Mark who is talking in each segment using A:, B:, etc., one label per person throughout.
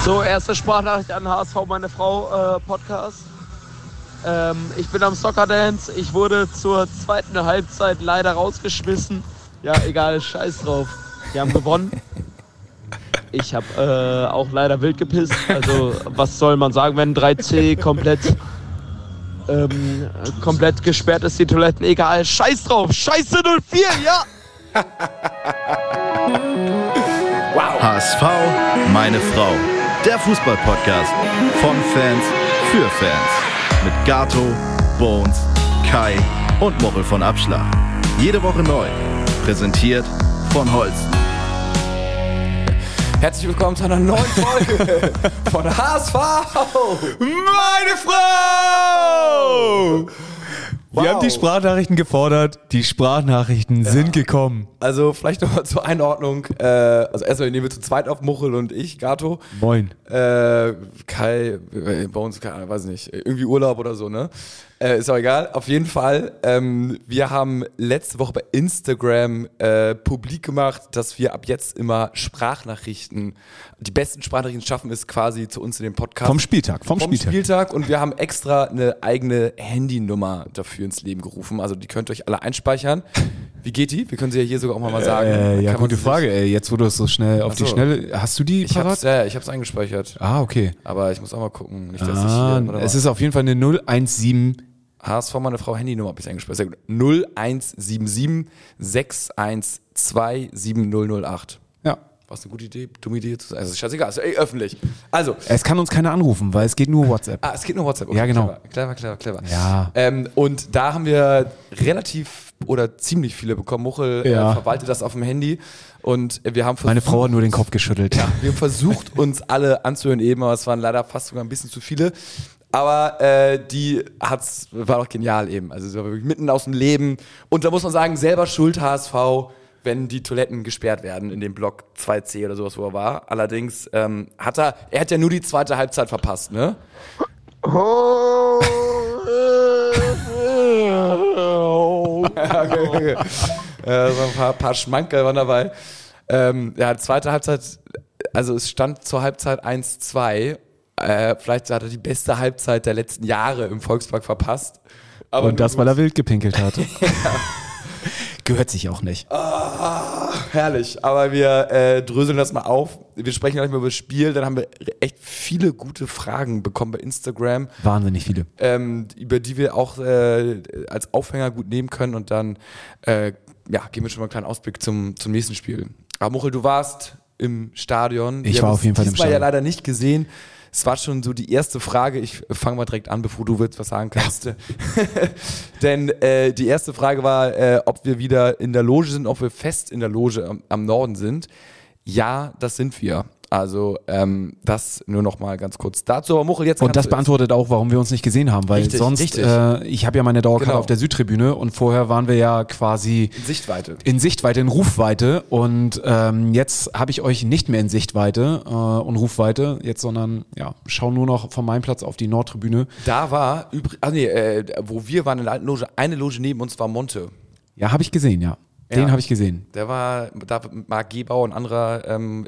A: So, erste Sprachnachricht an HSV, meine Frau, Podcast. Ich bin am Soccer Dance. Ich wurde zur zweiten Halbzeit leider rausgeschmissen. Ja, egal, scheiß drauf. Wir haben gewonnen. Ich habe auch leider wild gepisst. Also, was soll man sagen, wenn 3C komplett gesperrt ist, die Toiletten. Egal, scheiß drauf. Scheiße 04, ja!
B: Wow. HSV, meine Frau. Der Fußball-Podcast von Fans für Fans. Mit Gato, Bones, Kai und Mochel von Abschlag. Jede Woche neu. Präsentiert von Holsten.
C: Herzlich willkommen zu einer neuen Folge von HSV,
D: meine Frau! Wir haben die Sprachnachrichten gefordert, die Sprachnachrichten sind gekommen.
C: Also vielleicht nochmal zur Einordnung, also erstmal nehmen wir zu zweit auf, Mochel und ich, Gato.
D: Moin.
C: Kai, bei uns, weiß nicht, irgendwie Urlaub oder so, ne? Ist auch egal, auf jeden Fall. Wir haben letzte Woche bei Instagram publik gemacht, dass wir ab jetzt immer Sprachnachrichten, die besten Sprachnachrichten schaffen es quasi zu uns in den Podcast.
D: Vom Spieltag.
C: Und wir haben extra eine eigene Handynummer dafür ins Leben gerufen. Also die könnt ihr euch alle einspeichern. Wie geht die? Wir können sie ja hier sogar auch mal sagen.
D: Ja, gute Frage. Jetzt, wo du es so schnell auf die Schnelle... Hast du die parat?
C: Ich hab's eingespeichert.
D: Ah, okay.
C: Aber ich muss auch mal gucken. Nicht, dass ich hier,
D: es ist auf jeden Fall eine 017...
C: HSV, meine Frau, Handynummer habe ich eingespeichert. 0177 612 7008.
D: Ja.
C: Was eine gute Idee, dumme Idee. Also ist scheißegal, ist öffentlich. Also.
D: Es kann uns keiner anrufen, weil es geht nur WhatsApp.
C: Es geht nur WhatsApp. Okay,
D: ja, genau.
C: Clever.
D: Ja.
C: Und da haben wir relativ oder ziemlich viele bekommen. Mochel verwaltet das auf dem Handy. Und wir haben versucht,
D: meine Frau hat nur den Kopf geschüttelt.
C: Ja, wir haben versucht, uns alle anzuhören eben, aber es waren leider fast sogar ein bisschen zu viele. Aber war doch genial eben. Also sie war wirklich mitten aus dem Leben. Und da muss man sagen, selber schuld HSV, wenn die Toiletten gesperrt werden in dem Block 2C oder sowas, wo er war. Allerdings hat er ja nur die zweite Halbzeit verpasst, ne? Okay. Ein paar Schmankerl waren dabei. Zweite Halbzeit, also es stand zur Halbzeit 1-2. Vielleicht hat er die beste Halbzeit der letzten Jahre im Volkspark verpasst. Aber
D: und das, weil er wild gepinkelt hat. Gehört sich auch nicht.
C: Herrlich. Aber wir dröseln das mal auf. Wir sprechen gleich mal über das Spiel. Dann haben wir echt viele gute Fragen bekommen bei Instagram.
D: Wahnsinnig viele.
C: Über die wir auch als Aufhänger gut nehmen können. Und dann geben wir schon mal einen kleinen Ausblick zum nächsten Spiel. Aber Mochel, du warst im Stadion.
D: Ich war auf jeden Fall im Stadion.
C: Ja leider nicht gesehen. Es war schon so die erste Frage. Ich fange mal direkt an, bevor du was sagen kannst. Ja. Denn die erste Frage war, ob wir wieder in der Loge sind, ob wir fest in der Loge am Norden sind. Ja, das sind wir. Also das nur noch mal ganz kurz dazu. Aber Mochel, jetzt
D: und das beantwortet auch, warum wir uns nicht gesehen haben, weil
C: richtig.
D: Ich habe ja meine Dauerkarte auf der Südtribüne und vorher waren wir ja quasi in Sichtweite, in Rufweite und jetzt habe ich euch nicht mehr in Sichtweite und Rufweite jetzt, sondern schaue nur noch von meinem Platz auf die Nordtribüne.
C: Da war wo wir waren in der alten Loge, eine Loge neben uns war Monte.
D: Ja, habe ich gesehen, ja. Den habe ich gesehen.
C: Der war da Marc Gebauer, ein anderer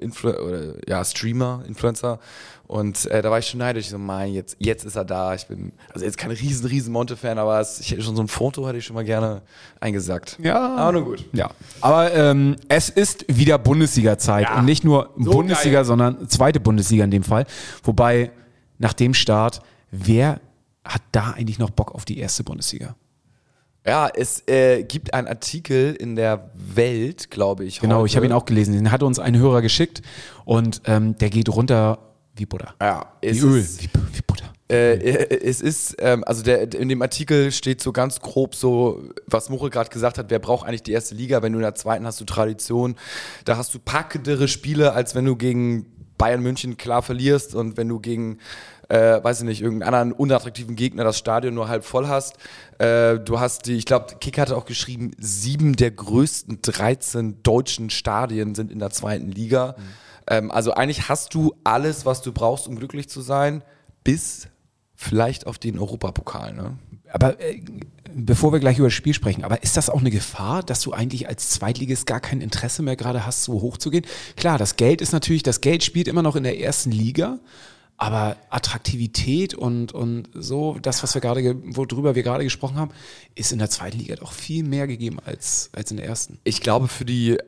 C: Streamer, Influencer. Und da war ich schon neidisch. Ich so, jetzt ist er da. Ich bin also jetzt kein riesen Monte-Fan, aber ich hätte schon so ein Foto, hätte ich schon mal gerne eingesackt.
D: Ja.
C: Aber nur gut.
D: Ja. Aber es ist wieder Bundesliga-Zeit. Ja. Und nicht nur so Bundesliga, sondern zweite Bundesliga in dem Fall. Wobei, nach dem Start, wer hat da eigentlich noch Bock auf die erste Bundesliga?
C: Ja, es gibt einen Artikel in der Welt, glaube ich.
D: Genau,
C: heute.
D: Ich habe ihn auch gelesen. Den hat uns ein Hörer geschickt und der geht runter wie Butter.
C: Ja,
D: wie Öl, wie Butter.
C: Es ist, in dem Artikel steht so ganz grob so, was Mochel gerade gesagt hat, wer braucht eigentlich die erste Liga? Wenn du in der zweiten hast du Tradition, da hast du packendere Spiele, als wenn du gegen Bayern München klar verlierst und wenn du gegen irgendeinen anderen unattraktiven Gegner das Stadion nur halb voll hast. Du hast ich glaube, Kick hatte auch geschrieben, 7 der größten 13 deutschen Stadien sind in der zweiten Liga. Also eigentlich hast du alles, was du brauchst, um glücklich zu sein, bis vielleicht auf den Europapokal, ne?
D: Aber bevor wir gleich über das Spiel sprechen, aber ist das auch eine Gefahr, dass du eigentlich als Zweitligist gar kein Interesse mehr gerade hast, so hoch zu gehen? Klar, das Geld spielt immer noch in der ersten Liga, aber Attraktivität und so, das, worüber wir gerade gesprochen haben, ist in der zweiten Liga doch viel mehr gegeben als in der ersten.
C: Ich glaube, für die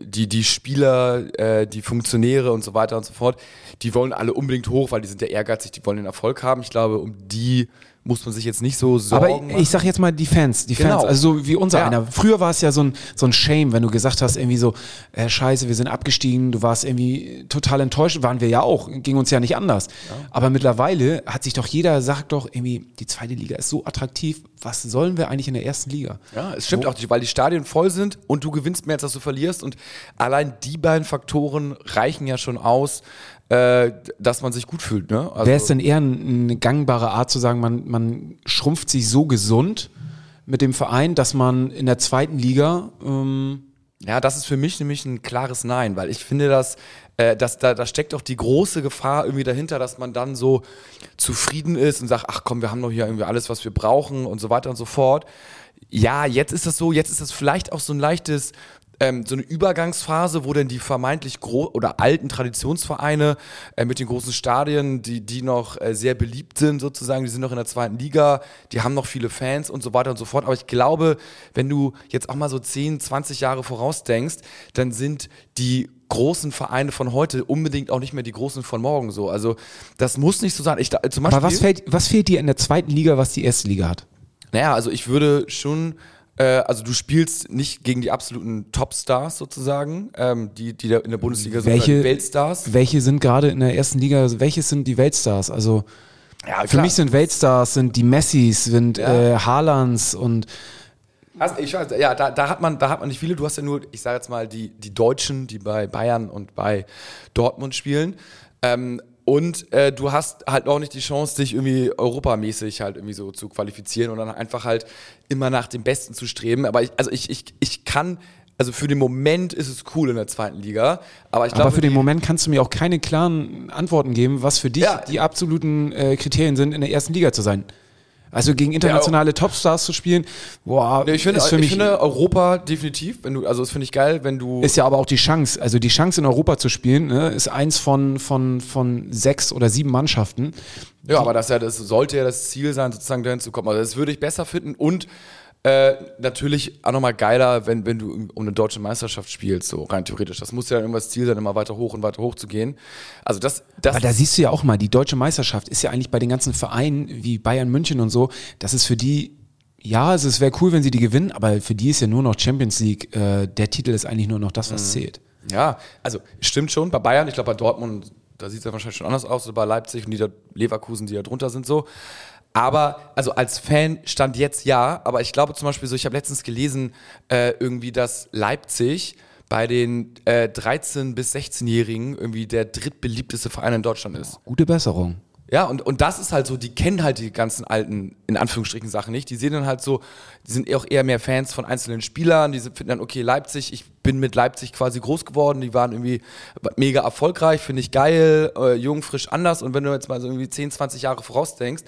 C: Spieler, die Funktionäre und so weiter und so fort, die wollen alle unbedingt hoch, weil die sind ja ehrgeizig, die wollen den Erfolg haben. Ich glaube, um die muss man sich jetzt nicht so sorgen.
D: Aber ich sag jetzt mal die Fans, also so wie unser einer. Früher war es ja so ein Shame, wenn du gesagt hast, irgendwie so, scheiße, wir sind abgestiegen, du warst irgendwie total enttäuscht, waren wir ja auch, ging uns ja nicht anders. Ja. Aber mittlerweile hat sich doch jeder, sagt doch irgendwie, die zweite Liga ist so attraktiv, was sollen wir eigentlich in der ersten Liga?
C: Ja, es stimmt auch nicht, weil die Stadien voll sind und du gewinnst mehr, als dass du verlierst und allein die beiden Faktoren reichen ja schon aus, dass man sich gut fühlt. Ne? Also,
D: wäre es denn eher eine gangbare Art zu sagen, man schrumpft sich so gesund mit dem Verein, dass man in der zweiten Liga...
C: ja, das ist für mich nämlich ein klares Nein, weil ich finde, dass da steckt doch die große Gefahr irgendwie dahinter, dass man dann so zufrieden ist und sagt, ach komm, wir haben doch hier irgendwie alles, was wir brauchen und so weiter und so fort. Ja, jetzt ist das vielleicht auch so ein leichtes... so eine Übergangsphase, wo dann die vermeintlich oder alten Traditionsvereine mit den großen Stadien, die noch sehr beliebt sind sozusagen, die sind noch in der zweiten Liga, die haben noch viele Fans und so weiter und so fort. Aber ich glaube, wenn du jetzt auch mal so 10, 20 Jahre vorausdenkst, dann sind die großen Vereine von heute unbedingt auch nicht mehr die großen von morgen so. Also das muss nicht so sein.
D: Aber was fehlt dir in der zweiten Liga, was die erste Liga hat?
C: Naja, also ich würde schon... Also du spielst nicht gegen die absoluten Topstars sozusagen, die in der Bundesliga sind, die Weltstars.
D: Welche sind gerade in der ersten Liga, welche sind die Weltstars? Also ja, für mich sind Weltstars, sind die Messis, sind Haalands und...
C: Ich weiß, ja, da hat man nicht viele. Du hast ja nur, ich sage jetzt mal, die Deutschen, die bei Bayern und bei Dortmund spielen. Und du hast halt auch nicht die Chance, dich irgendwie europamäßig halt irgendwie so zu qualifizieren und dann einfach halt immer nach dem Besten zu streben. Aber ich kann, also für den Moment ist es cool in der zweiten Liga. Aber ich glaube,
D: für den Moment kannst du mir auch keine klaren Antworten geben, was für dich die absoluten Kriterien sind, in der ersten Liga zu sein. Also gegen internationale Topstars zu spielen, boah,
C: ich finde Europa definitiv, das finde ich geil, wenn du...
D: Ist ja aber auch die Chance, also die Chance in Europa zu spielen, ne, ist eins von 6 oder 7 Mannschaften.
C: Ja, aber das sollte ja das Ziel sein, sozusagen dahin zu kommen. Also das würde ich besser finden und natürlich auch nochmal geiler, wenn du um eine deutsche Meisterschaft spielst, so rein theoretisch. Das muss ja dann irgendwas Ziel sein, immer weiter hoch zu gehen. Also
D: aber da siehst du ja auch mal, die deutsche Meisterschaft ist ja eigentlich bei den ganzen Vereinen wie Bayern München und so, das ist für die, ja, es wäre cool, wenn sie die gewinnen, aber für die ist ja nur noch Champions League, der Titel ist eigentlich nur noch das, was zählt.
C: Ja, also stimmt schon, bei Bayern, ich glaube bei Dortmund, da sieht es ja wahrscheinlich schon anders aus, oder bei Leipzig und Leverkusen, die da drunter sind so. Aber, also als Fan stand jetzt ja, aber ich glaube zum Beispiel so, ich habe letztens gelesen, irgendwie, dass Leipzig bei den 13- bis 16-Jährigen irgendwie der drittbeliebteste Verein in Deutschland ist.
D: Gute Besserung.
C: Ja, und das ist halt so, die kennen halt die ganzen alten, in Anführungsstrichen, Sachen nicht. Die sehen dann halt so, die sind auch eher mehr Fans von einzelnen Spielern, die finden dann, okay, Leipzig, ich bin mit Leipzig quasi groß geworden, die waren irgendwie mega erfolgreich, finde ich geil, jung, frisch, anders. Und wenn du jetzt mal so irgendwie 10, 20 Jahre vorausdenkst,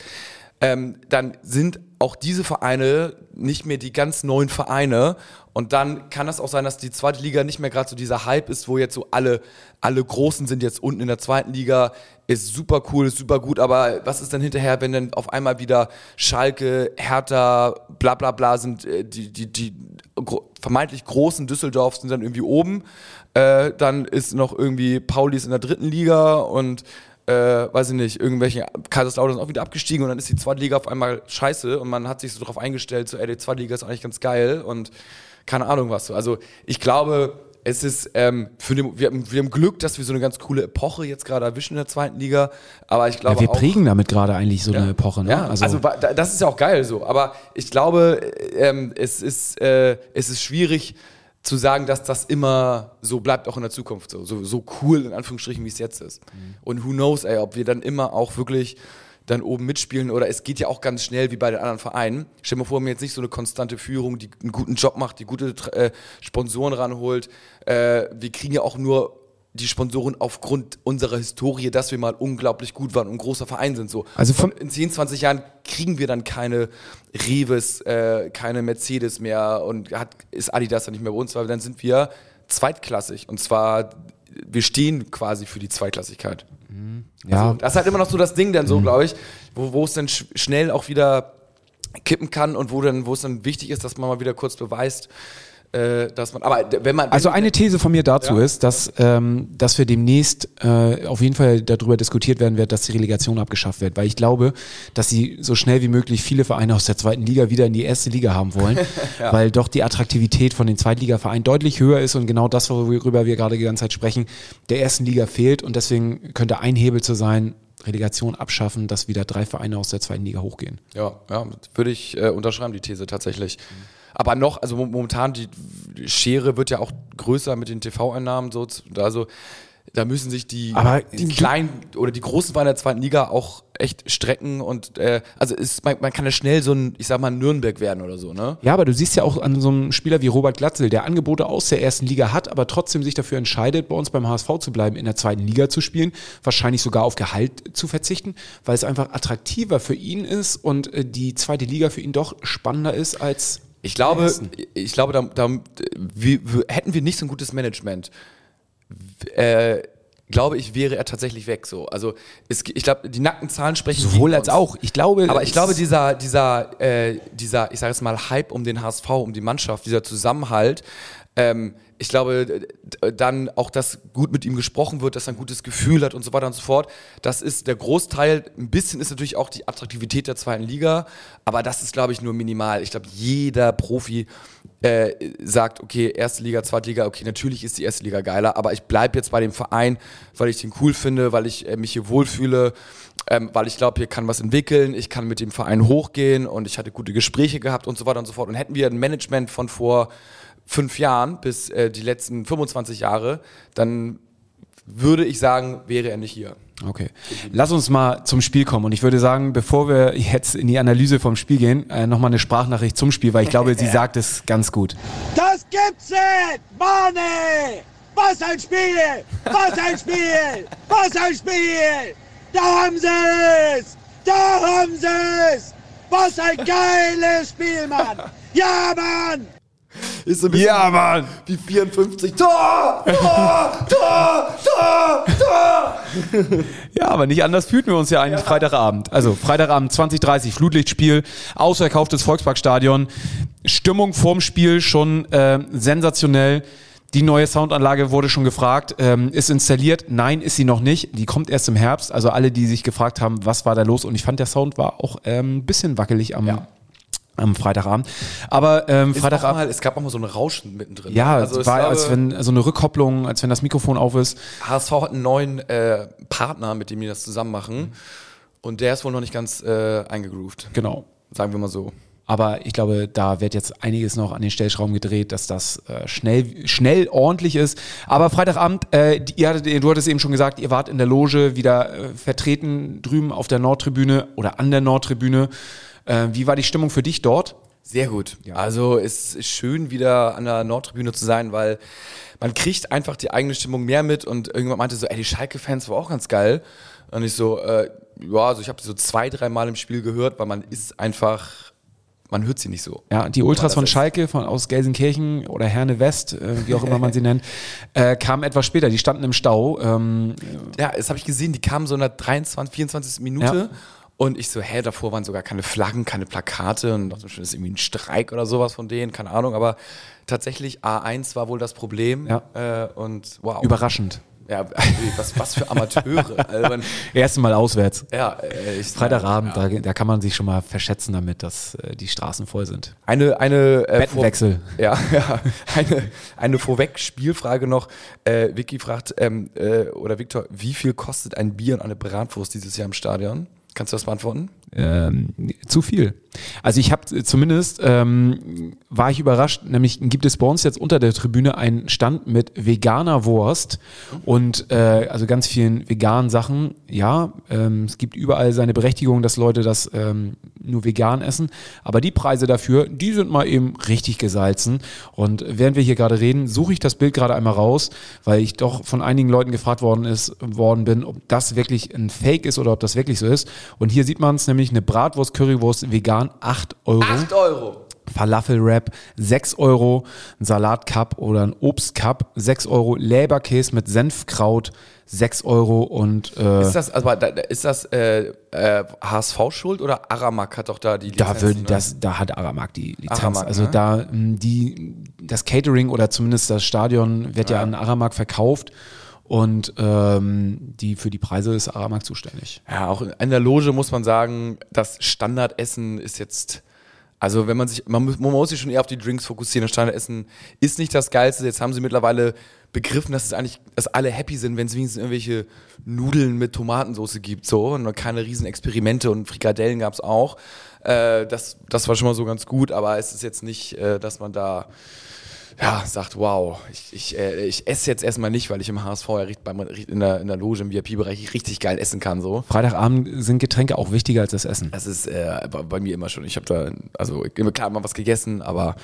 C: dann sind auch diese Vereine nicht mehr die ganz neuen Vereine und dann kann das auch sein, dass die zweite Liga nicht mehr gerade so dieser Hype ist, wo jetzt so alle Großen sind jetzt unten in der zweiten Liga, ist super cool, ist super gut, aber was ist dann hinterher, wenn dann auf einmal wieder Schalke, Hertha, bla bla bla sind, die vermeintlich großen Düsseldorf sind dann irgendwie oben, dann ist noch irgendwie Paulis in der dritten Liga und weiß ich nicht, irgendwelche Kaiserslautern sind auch wieder abgestiegen und dann ist die zweite Liga auf einmal scheiße und man hat sich so darauf eingestellt, so die zweite Liga ist eigentlich ganz geil und keine Ahnung was so. Also ich glaube, es ist, wir haben Glück, dass wir so eine ganz coole Epoche jetzt gerade erwischen in der zweiten Liga, aber ich glaube
D: wir prägen damit gerade eigentlich so eine Epoche. Ne?
C: Ja, also das ist ja auch geil so, aber ich glaube, es ist schwierig zu sagen, dass das immer so bleibt, auch in der Zukunft so cool, in Anführungsstrichen, wie es jetzt ist. Und who knows, ob wir dann immer auch wirklich dann oben mitspielen oder es geht ja auch ganz schnell wie bei den anderen Vereinen. Stell dir mal vor, wir haben jetzt nicht so eine konstante Führung, die einen guten Job macht, die gute Sponsoren ranholt. Wir kriegen ja auch nur die Sponsoren aufgrund unserer Historie, dass wir mal unglaublich gut waren und ein großer Verein sind. So.
D: Also
C: in 10, 20 Jahren kriegen wir dann keine Reves, keine Mercedes mehr und ist Adidas dann nicht mehr bei uns, weil dann sind wir zweitklassig. Und zwar, wir stehen quasi für die Zweitklassigkeit.
D: Ja.
C: Also, das ist halt immer noch so das Ding dann so, glaube ich, wo es dann schnell auch wieder kippen kann und wo es dann wichtig ist, dass man mal wieder kurz beweist, dass man, aber wenn man...
D: Also eine These von mir dazu ist, dass wir demnächst auf jeden Fall darüber diskutiert werden wird, dass die Relegation abgeschafft wird, weil ich glaube, dass sie so schnell wie möglich viele Vereine aus der zweiten Liga wieder in die erste Liga haben wollen, weil doch die Attraktivität von den Zweitligavereinen deutlich höher ist und genau das, worüber wir gerade die ganze Zeit sprechen, der ersten Liga fehlt und deswegen könnte ein Hebel zu sein, Relegation abschaffen, dass wieder 3 Vereine aus der zweiten Liga hochgehen.
C: Ja, würde ich unterschreiben, die These tatsächlich. Aber noch, also momentan, die Schere wird ja auch größer mit den TV-Einnahmen. So, also da müssen sich die kleinen oder die großen Vereine der zweiten Liga auch echt strecken. Und also man kann ja schnell so ein, ich sag mal, Nürnberg werden oder so, ne?
D: Ja, aber du siehst ja auch an so einem Spieler wie Robert Glatzel, der Angebote aus der ersten Liga hat, aber trotzdem sich dafür entscheidet, bei uns beim HSV zu bleiben, in der zweiten Liga zu spielen, wahrscheinlich sogar auf Gehalt zu verzichten, weil es einfach attraktiver für ihn ist und die zweite Liga für ihn doch spannender ist als...
C: Ich glaube, hätten wir nicht so ein gutes Management, glaube ich, wäre er tatsächlich weg. So. Also ich glaube, die nackten Zahlen sprechen
D: sowohl als auch.
C: Ich glaube, dieser, ich sage jetzt mal, Hype um den HSV, um die Mannschaft, dieser Zusammenhalt, ich glaube, dann auch, dass gut mit ihm gesprochen wird, dass er ein gutes Gefühl hat und so weiter und so fort. Das ist der Großteil. Ein bisschen ist natürlich auch die Attraktivität der zweiten Liga, aber das ist, glaube ich, nur minimal. Ich glaube, jeder Profi sagt, okay, erste Liga, zweite Liga, okay, natürlich ist die erste Liga geiler, aber ich bleibe jetzt bei dem Verein, weil ich den cool finde, weil ich mich hier wohlfühle, weil ich glaube, hier kann was entwickeln, ich kann mit dem Verein hochgehen und ich hatte gute Gespräche gehabt und so weiter und so fort. Und hätten wir ein Management von vor 5 Jahren bis die letzten 25 Jahre, dann würde ich sagen, wäre er nicht hier.
D: Okay. Lass uns mal zum Spiel kommen. Und ich würde sagen, bevor wir jetzt in die Analyse vom Spiel gehen, nochmal eine Sprachnachricht zum Spiel, weil ich glaube, sie sagt es ganz gut.
E: Das gibt's nicht! Mann, ey! Was ein Spiel! Was ein Spiel! Was ein Spiel! Da haben sie es! Da haben sie es! Was ein geiles Spiel, Mann! Ja, Mann!
C: Ist so ein bisschen
D: Mann!
C: Wie 54. Tor! Tor! Tor! Tor! Tor!
D: Ja, aber nicht anders fühlten wir uns ja eigentlich Freitagabend. Also Freitagabend 20:30 Flutlichtspiel, ausverkauftes Volksparkstadion. Stimmung vorm Spiel schon sensationell. Die neue Soundanlage wurde schon gefragt. Ist installiert? Nein, ist sie noch nicht. Die kommt erst im Herbst. Also alle, die sich gefragt haben, was war da los? Und ich fand, der Sound war auch ein bisschen wackelig am Freitagabend. Aber Freitagabend.
C: Es gab auch mal so ein Rauschen mittendrin.
D: Ja, also es war, als wenn so eine Rückkopplung, als wenn das Mikrofon auf ist.
C: HSV hat einen neuen Partner, mit dem die das zusammen machen. Und der ist wohl noch nicht ganz eingegroovt.
D: Genau.
C: Sagen wir mal so.
D: Aber ich glaube, da wird jetzt einiges noch an den Stellschrauben gedreht, dass das schnell ordentlich ist. Aber Freitagabend, du hattest eben schon gesagt, ihr wart in der Loge wieder vertreten drüben auf der Nordtribüne oder an der Nordtribüne. Wie war die Stimmung für dich dort?
C: Sehr gut. Ja. Also es ist schön, wieder an der Nordtribüne zu sein, weil man kriegt einfach die eigene Stimmung mehr mit und irgendwann meinte so, die Schalke-Fans war auch ganz geil. Und ich so, also ich habe sie so 2-3 Mal im Spiel gehört, weil man hört sie nicht so.
D: Ja, die Ultras von Schalke aus Gelsenkirchen oder Herne West, wie auch immer man sie nennt, kamen etwas später. Die standen im Stau.
C: Das habe ich gesehen. Die kamen so in der 23, 24. Minute. Ja. Und ich so, davor waren sogar keine Flaggen, keine Plakate und dachte schon, das ist irgendwie ein Streik oder sowas von denen, keine Ahnung. Aber tatsächlich A1 war wohl das Problem.
D: Ja.
C: Und wow.
D: Überraschend.
C: Ja, was für Amateure. Also
D: Erste Mal auswärts.
C: Ja,
D: Freitagabend, da kann man sich schon mal verschätzen damit, dass die Straßen voll sind.
C: Bettenwechsel. Eine Vorweg-Spielfrage noch. Vicky fragt, oder Viktor, wie viel kostet ein Bier und eine Bratwurst dieses Jahr im Stadion? Kannst du das beantworten?
D: Zu viel. Also ich habe zumindest, war ich überrascht, nämlich gibt es bei uns jetzt unter der Tribüne einen Stand mit veganer Wurst und also ganz vielen veganen Sachen. Ja, es gibt überall seine Berechtigung, dass Leute das nur vegan essen. Aber die Preise dafür, die sind mal eben richtig gesalzen. Und während wir hier gerade reden, suche ich das Bild gerade einmal raus, weil ich doch von einigen Leuten gefragt worden bin, ob das wirklich ein Fake ist oder ob das wirklich so ist. Und hier sieht man es nämlich, eine Bratwurst, Currywurst, vegan, 8 Euro.
C: 8 Euro.
D: Falafel-Wrap 6 Euro, ein Salatcup oder ein Obstcup 6 Euro, Leberkäse mit Senfkraut 6 Euro und
C: ist das HSV schuld oder Aramak hat doch da die Lizenz?
D: Da hat Aramak die Lizenz.
C: Aramak,
D: also das Catering oder zumindest das Stadion wird ja an Aramak verkauft. Und für die Preise ist Aramak zuständig.
C: Ja, auch in der Loge muss man sagen, das Standardessen ist jetzt, also wenn man muss sich schon eher auf die Drinks fokussieren. Das Standardessen ist nicht das Geilste. Jetzt haben sie mittlerweile begriffen, dass alle happy sind, wenn es wenigstens irgendwelche Nudeln mit Tomatensauce gibt, so, und keine riesen Experimente, und Frikadellen gab es auch. Das war schon mal so ganz gut, aber es ist jetzt nicht, dass man da sagt, wow, ich esse jetzt erstmal nicht, weil ich im HSV in der Loge im VIP-Bereich richtig geil essen kann. So.
D: Freitagabend sind Getränke auch wichtiger als das Essen.
C: Das ist bei mir immer schon. Ich habe da, klar, mal was gegessen, aber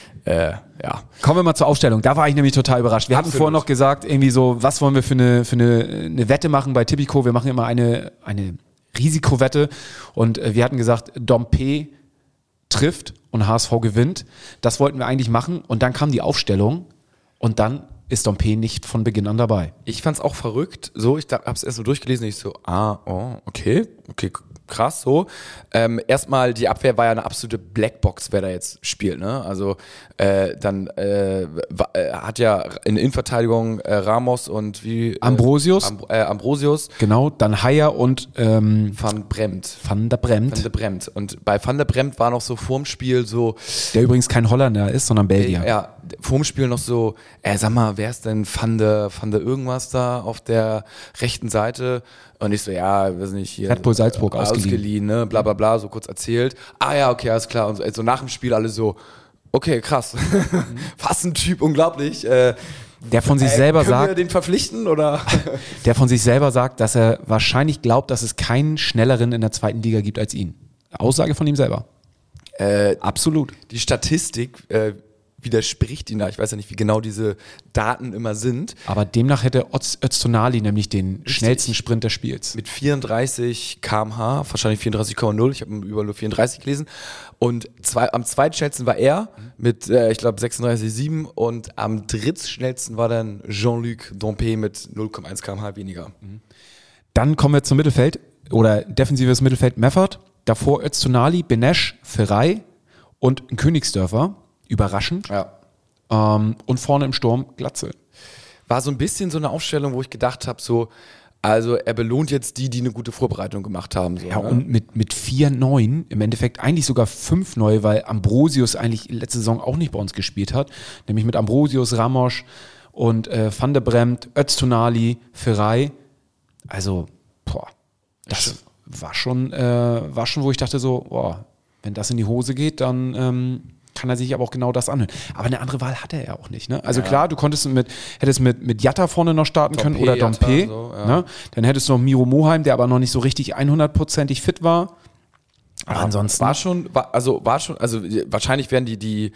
C: ja.
D: Kommen wir mal zur Aufstellung. Da war ich nämlich total überrascht. Wir hatten vorher noch gesagt, irgendwie so, was wollen wir für eine Wette machen bei Tipico? Wir machen immer eine Risikowette, und wir hatten gesagt, Dompe trifft und HSV gewinnt. Das wollten wir eigentlich machen, und dann kam die Aufstellung und dann ist Dompe nicht von Beginn an dabei.
C: Ich fand's auch verrückt. So, ich hab's erst so durchgelesen, ich so, okay, krass, so. Erstmal, die Abwehr war ja eine absolute Blackbox, wer da jetzt spielt, ne? Also, dann hat ja in Innenverteidigung Ramos und
D: Ambrosius.
C: Ambrosius.
D: Genau, dann Haier und
C: Van der Bremt. Und bei Van der Bremt war noch so vorm Spiel so...
D: Der übrigens kein Holländer ist, sondern Belgier.
C: Ja, vorm Spiel noch so, sag mal, wer ist denn Van der irgendwas da auf der rechten Seite? Und ich so, ja, weiß nicht, hier.
D: Red Bull Salzburg
C: ausgeliehen, ne, bla bla bla, so kurz erzählt. Ja, okay, alles klar. Und so nach dem Spiel alle so, okay, krass. Was ein Typ, unglaublich.
D: Der von sich selber sagt.
C: Können wir den verpflichten, oder?
D: Der von sich selber sagt, dass er wahrscheinlich glaubt, dass es keinen Schnelleren in der zweiten Liga gibt als ihn. Aussage von ihm selber. Absolut.
C: Die Statistik widerspricht ihn da. Ich weiß ja nicht, wie genau diese Daten immer sind.
D: Aber demnach hätte Öztunali nämlich den schnellsten Sprint des Spiels.
C: Mit 34 km/h, wahrscheinlich 34,0. Ich habe überall nur 34 gelesen. Und am zweitschnellsten war er mit, ich glaube, 36,7. Und am drittschnellsten war dann Jean-Luc Dompe mit 0,1 km/h weniger.
D: Dann kommen wir zum Mittelfeld oder defensives Mittelfeld. Meffert, davor Öztunali, Benesch, Ferrei und ein Königsdörfer. Überraschend.
C: Ja.
D: Und vorne im Sturm Glatze.
C: War so ein bisschen so eine Aufstellung, wo ich gedacht habe, so, also er belohnt jetzt die eine gute Vorbereitung gemacht haben. So,
D: ja,
C: ne?
D: Und mit 4 Neuen, im Endeffekt eigentlich sogar 5 Neue, weil Ambrosius eigentlich letzte Saison auch nicht bei uns gespielt hat. Nämlich mit Ambrosius, Ramos und Van der Bremt, Öztunali, Ferrei. Also, das war schon, wo ich dachte so, wenn das in die Hose geht, dann kann er sich aber auch genau das anhören. Aber eine andere Wahl hatte er ja auch nicht. Ne? Also klar, du hättest mit Jatta vorne noch starten können oder Dompe.
C: So, ja.
D: Ne? Dann hättest du noch Miro Moheim, der aber noch nicht so richtig 100%ig fit war. Aber ansonsten
C: war schon, also wahrscheinlich wären die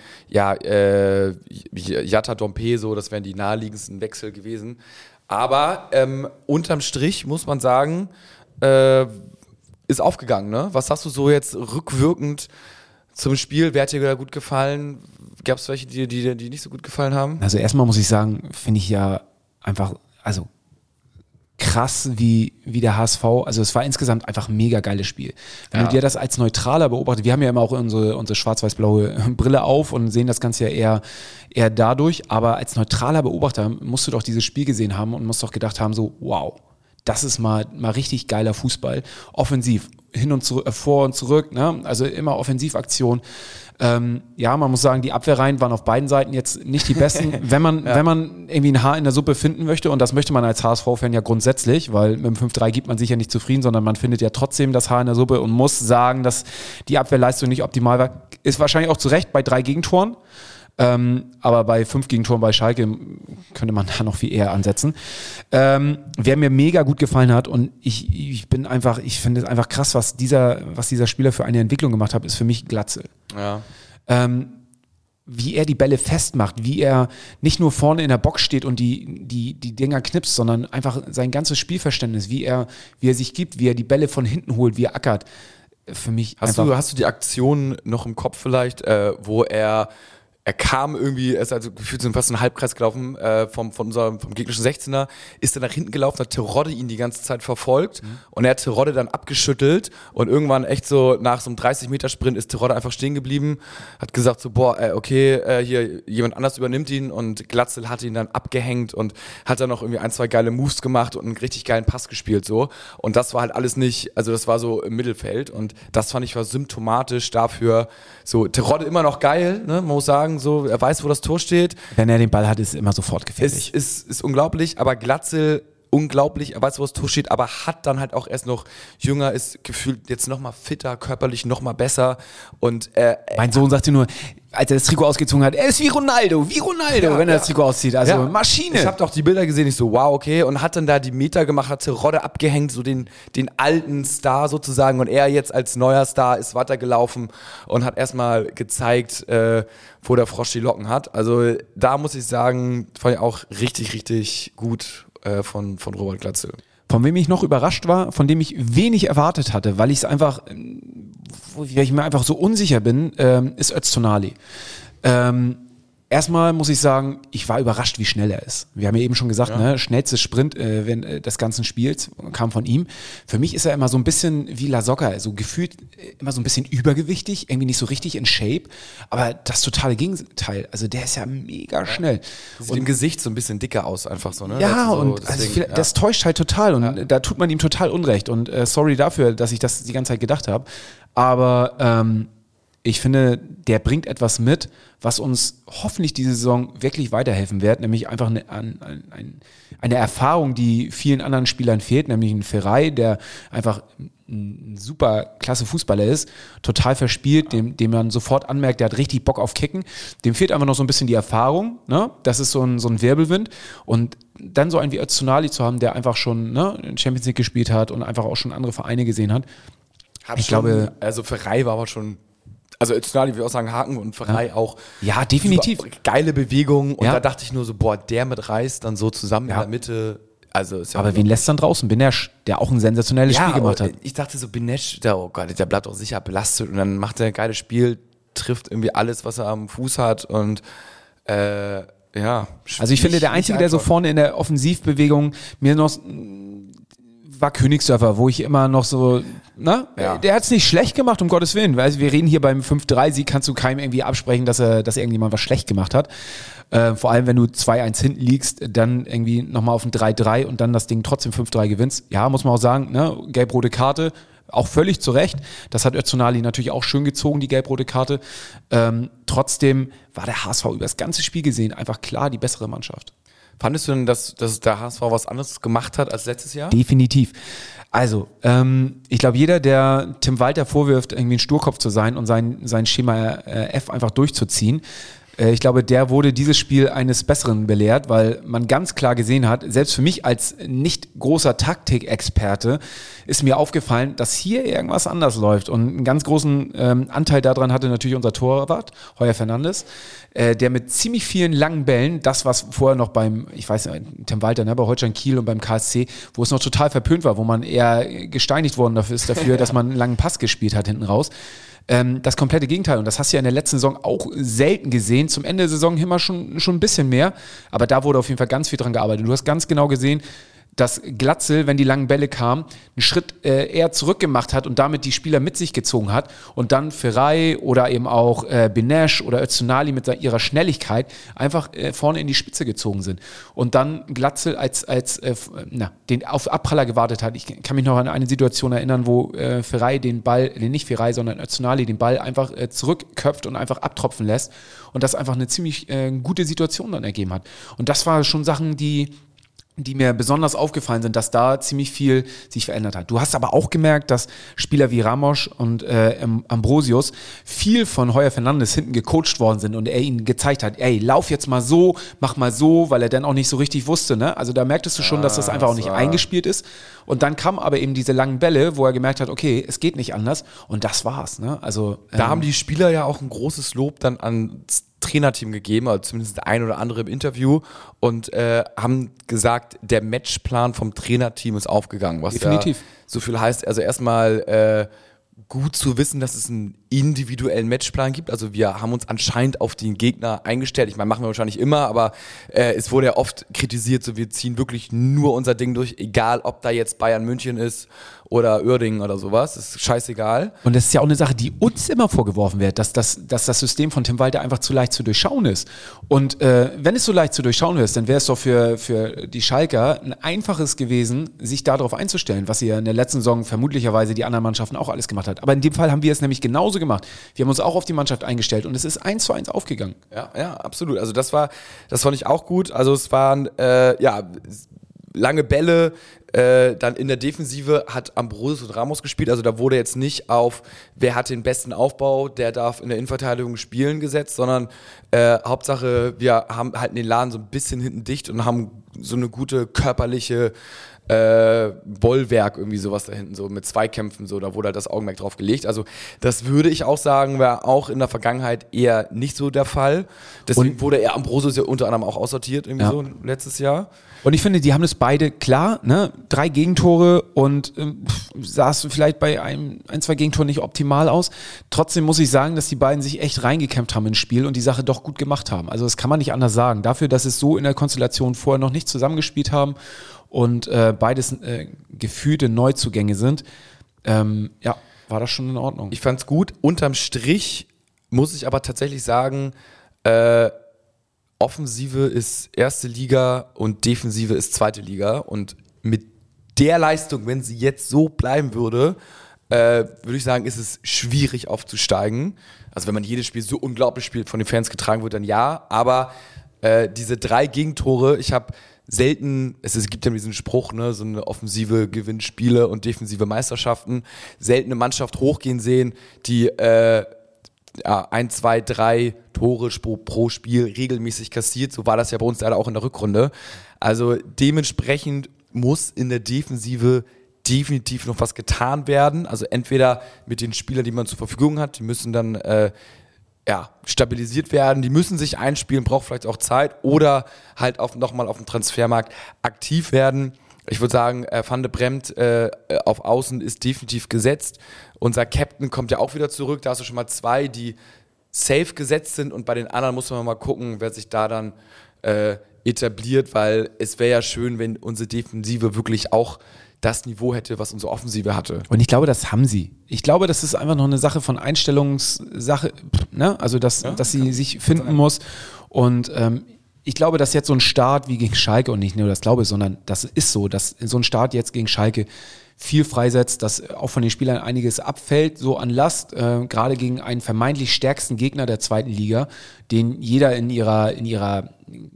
C: Jatta, Dompe, so, das wären die naheliegendsten Wechsel gewesen. Aber unterm Strich muss man sagen, ist aufgegangen, ne? Was hast du so jetzt rückwirkend zum Spiel? Wer hat dir da gut gefallen? Gab es welche, die nicht so gut gefallen haben?
D: Also erstmal muss ich sagen, finde ich ja einfach, also krass, wie der HSV, also es war insgesamt einfach ein mega geiles Spiel. Wenn du dir das als Neutraler beobachtest, wir haben ja immer auch unsere schwarz-weiß-blaue Brille auf und sehen das Ganze ja eher dadurch, aber als neutraler Beobachter musst du doch dieses Spiel gesehen haben und musst doch gedacht haben, so wow, das ist mal richtig geiler Fußball. Offensiv, hin und zurück, vor und zurück, ne? Also immer Offensivaktion. Man muss sagen, die Abwehrreihen waren auf beiden Seiten jetzt nicht die besten. Wenn man irgendwie ein Haar in der Suppe finden möchte, und das möchte man als HSV-Fan ja grundsätzlich, weil mit dem 5-3 gibt man sich ja nicht zufrieden, sondern man findet ja trotzdem das Haar in der Suppe und muss sagen, dass die Abwehrleistung nicht optimal war. Ist wahrscheinlich auch zu Recht bei 3 Gegentoren. Aber bei 5 Gegentoren bei Schalke könnte man da noch viel eher ansetzen. Wer mir mega gut gefallen hat und ich finde es einfach krass, was dieser Spieler für eine Entwicklung gemacht hat, ist für mich Glatzel.
C: Ja.
D: Wie er die Bälle festmacht, wie er nicht nur vorne in der Box steht und die Dinger knipst, sondern einfach sein ganzes Spielverständnis, wie er sich gibt, wie er die Bälle von hinten holt, wie er ackert. Für mich
C: hast du die Aktion noch im Kopf vielleicht, wo er kam irgendwie, er ist also gefühlt so fast einen Halbkreis gelaufen vom gegnerischen 16er, ist dann nach hinten gelaufen, hat Terodde ihn die ganze Zeit verfolgt und er hat Terodde dann abgeschüttelt und irgendwann echt so nach so einem 30-Meter-Sprint ist Terodde einfach stehen geblieben, hat gesagt so, hier jemand anders übernimmt ihn und Glatzel hat ihn dann abgehängt und hat dann noch irgendwie 1, 2 geile Moves gemacht und einen richtig geilen Pass gespielt so und das war halt alles nicht, also das war so im Mittelfeld und das fand ich war symptomatisch dafür, so Terodde immer noch geil, ne, man muss sagen, so, er weiß, wo das Tor steht.
D: Wenn er den Ball hat, ist er immer sofort gefährlich.
C: Ist unglaublich, aber Glatzel, unglaublich, er weiß, wo das Tor steht, aber hat dann halt auch erst noch jünger, ist gefühlt jetzt nochmal fitter, körperlich nochmal besser und
D: mein Sohn sagte nur, als er das Trikot ausgezogen hat, er ist wie Ronaldo, wenn er das Trikot auszieht, also Maschine.
C: Ich habe doch die Bilder gesehen, ich so, wow, okay, und hat dann da die Meter gemacht, hat Terodde abgehängt, so den alten Star sozusagen und er jetzt als neuer Star ist weitergelaufen und hat erstmal gezeigt, wo der Frosch die Locken hat, also da muss ich sagen, fand ich auch richtig, richtig gut von Robert Glatzel.
D: Von wem ich noch überrascht war, von dem ich wenig erwartet hatte, weil ich mir einfach so unsicher bin, ist Öztunali. Erstmal muss ich sagen, ich war überrascht, wie schnell er ist. Wir haben ja eben schon gesagt, ne, schnellstes Sprint des ganzen Spiels kam von ihm. Für mich ist er immer so ein bisschen wie Lasogga, so gefühlt immer so ein bisschen übergewichtig, irgendwie nicht so richtig in Shape, aber das totale Gegenteil. Also der ist ja mega schnell.
C: Sieht im Gesicht so ein bisschen dicker aus einfach so, ne?
D: Ja,
C: so,
D: und das täuscht halt total und da tut man ihm total Unrecht und sorry dafür, dass ich das die ganze Zeit gedacht habe, aber ich finde, der bringt etwas mit, was uns hoffentlich diese Saison wirklich weiterhelfen wird, nämlich einfach eine Erfahrung, die vielen anderen Spielern fehlt, nämlich ein Ferrei, der einfach ein super klasse Fußballer ist, total verspielt, dem man sofort anmerkt, der hat richtig Bock auf Kicken, dem fehlt einfach noch so ein bisschen die Erfahrung, ne? Das ist so ein Wirbelwind und dann so einen wie Öztunali zu haben, der einfach schon Champions League gespielt hat und einfach auch schon andere Vereine gesehen hat.
C: Glaube, Ferrei war aber schon. Also Öztunali würde ich auch sagen, Haken und Ferrei auch.
D: Ja, definitiv.
C: Geile Bewegung. Und da dachte ich nur so, der mit Reis dann so zusammen in der Mitte. Also ist ja
D: aber wen lässt dann draußen? Benesch, der auch ein sensationelles Spiel gemacht hat.
C: Ich dachte so, Benesch, der bleibt auch sicher belastet. Und dann macht er ein geiles Spiel, trifft irgendwie alles, was er am Fuß hat. Und also
D: ich finde, der Einzige, der so vorne in der Offensivbewegung mir noch war Königsdörfer, wo ich immer noch so, der hat es nicht schlecht gemacht, um Gottes Willen, weil wir reden hier beim 5-3-Sieg, kannst du keinem irgendwie absprechen, dass irgendjemand was schlecht gemacht hat. Vor allem, wenn du 2-1 hinten liegst, dann irgendwie nochmal auf ein 3-3 und dann das Ding trotzdem 5-3 gewinnst. Ja, muss man auch sagen, ne? Gelb-rote Karte, auch völlig zu Recht. Das hat Öztunali natürlich auch schön gezogen, die gelb-rote Karte. Trotzdem war der HSV über das ganze Spiel gesehen einfach klar die bessere Mannschaft.
C: Fandest du denn, dass der HSV was anderes gemacht hat als letztes Jahr?
D: Definitiv. Also, ich glaube, jeder, der Tim Walter vorwirft, irgendwie ein Sturkopf zu sein und sein Schema F einfach durchzuziehen, ich glaube, der wurde dieses Spiel eines Besseren belehrt, weil man ganz klar gesehen hat, selbst für mich als nicht großer Taktikexperte ist mir aufgefallen, dass hier irgendwas anders läuft. Und einen ganz großen Anteil daran hatte natürlich unser Torwart, Heuer Fernandes, der mit ziemlich vielen langen Bällen, das was vorher noch beim, ich weiß nicht, Tim Walter, ne, bei Holstein Kiel und beim KSC, wo es noch total verpönt war, wo man eher gesteinigt worden ist dafür, dass man einen langen Pass gespielt hat hinten raus. Das komplette Gegenteil. Und das hast du ja in der letzten Saison auch selten gesehen. Zum Ende der Saison immer schon ein bisschen mehr. Aber da wurde auf jeden Fall ganz viel dran gearbeitet. Du hast ganz genau gesehen, dass Glatzel, wenn die langen Bälle kamen, einen Schritt eher zurückgemacht hat und damit die Spieler mit sich gezogen hat und dann Ferrei oder eben auch Benesch oder Öztunali mit ihrer Schnelligkeit einfach vorne in die Spitze gezogen sind. Und dann Glatzel den auf Abpraller gewartet hat. Ich kann mich noch an eine Situation erinnern, wo Ferrei den Ball, nicht Ferrei, sondern Öztunali den Ball einfach zurückköpft und einfach abtropfen lässt und das einfach eine ziemlich gute Situation dann ergeben hat. Und das war schon Sachen, die die mir besonders aufgefallen sind, dass da ziemlich viel sich verändert hat. Du hast aber auch gemerkt, dass Spieler wie Ramos und Ambrosius viel von Heuer Fernandes hinten gecoacht worden sind und er ihnen gezeigt hat, ey, lauf jetzt mal so, mach mal so, weil er dann auch nicht so richtig wusste, ne? Also da merktest du schon, dass das einfach auch nicht eingespielt ist. Und dann kamen aber eben diese langen Bälle, wo er gemerkt hat, okay, es geht nicht anders und das war's, ne? Also
C: da haben die Spieler ja auch ein großes Lob dann ans Trainerteam gegeben, also zumindest der ein oder andere im Interview und haben gesagt, der Matchplan vom Trainerteam ist aufgegangen, was
D: definitiv
C: ja so viel heißt. Also erstmal gut zu wissen, dass es einen individuellen Matchplan gibt. Also wir haben uns anscheinend auf den Gegner eingestellt. Ich meine, machen wir wahrscheinlich immer, aber es wurde ja oft kritisiert, so wir ziehen wirklich nur unser Ding durch, egal ob da jetzt Bayern München ist oder Uerdingen oder sowas. Das ist scheißegal.
D: Und das ist ja auch eine Sache, die uns immer vorgeworfen wird, dass das System von Tim Walter einfach zu leicht zu durchschauen ist. Und wenn es so leicht zu durchschauen ist, dann wäre es doch für die Schalker ein einfaches gewesen, sich darauf einzustellen, was sie ja in der letzten Saison vermutlicherweise die anderen Mannschaften auch alles gemacht hat. Aber in dem Fall haben wir es nämlich genauso gemacht. Wir haben uns auch auf die Mannschaft eingestellt und es ist 1:1 aufgegangen.
C: Ja, absolut. Also das fand ich auch gut. Also es waren lange Bälle, dann in der Defensive hat Ambrosius und Ramos gespielt, also da wurde jetzt nicht auf, wer hat den besten Aufbau, der darf in der Innenverteidigung spielen gesetzt, sondern Hauptsache, wir haben halt den Laden so ein bisschen hinten dicht und haben so eine gute körperliche Bollwerk, irgendwie sowas da hinten, so mit Zweikämpfen, so, da wurde halt das Augenmerk drauf gelegt. Also das würde ich auch sagen, war auch in der Vergangenheit eher nicht so der Fall. Deswegen wurde er Ambrosius ja unter anderem auch aussortiert, irgendwie so letztes Jahr.
D: Und ich finde, die haben das beide klar, ne? 3 Gegentore und sah es vielleicht bei ein, 2 Gegentoren nicht optimal aus. Trotzdem muss ich sagen, dass die beiden sich echt reingekämpft haben ins Spiel und die Sache doch gut gemacht haben. Also das kann man nicht anders sagen. Dafür, dass es so in der Konstellation vorher noch nicht zusammengespielt haben und beides gefühlte Neuzugänge sind, war das schon in Ordnung.
C: Ich fand's gut. Unterm Strich muss ich aber tatsächlich sagen, Offensive ist erste Liga und Defensive ist zweite Liga. Und mit der Leistung, wenn sie jetzt so bleiben würde, würde ich sagen, ist es schwierig aufzusteigen. Also wenn man jedes Spiel so unglaublich spielt, von den Fans getragen wird, dann ja. Aber diese 3 Gegentore, ich habe selten, es gibt ja diesen Spruch, ne, so eine Offensive gewinnt Spiele und defensive Meisterschaften, selten eine Mannschaft hochgehen sehen, die 1, 2, 3 Tore pro Spiel regelmäßig kassiert. So war das ja bei uns leider auch in der Rückrunde. Also dementsprechend muss in der Defensive definitiv noch was getan werden. Also entweder mit den Spielern, die man zur Verfügung hat, die müssen dann stabilisiert werden, die müssen sich einspielen, braucht vielleicht auch Zeit oder halt nochmal auf dem Transfermarkt aktiv werden. Ich würde sagen, Van de Bremt auf Außen ist definitiv gesetzt. Unser Captain kommt ja auch wieder zurück. Da hast du schon mal 2, die safe gesetzt sind und bei den anderen muss man mal gucken, wer sich da dann etabliert, weil es wäre ja schön, wenn unsere Defensive wirklich auch das Niveau hätte, was unsere Offensive hatte.
D: Und ich glaube, das haben sie. Ich glaube, das ist einfach noch eine Sache von Einstellungssache, ne? Also, dass sie sich finden muss. Und ich glaube, dass jetzt so ein Start wie gegen Schalke, und nicht nur das glaube, sondern das ist so, dass so ein Start jetzt gegen Schalke viel freisetzt, dass auch von den Spielern einiges abfällt, so an Last, gerade gegen einen vermeintlich stärksten Gegner der zweiten Liga, den jeder in ihren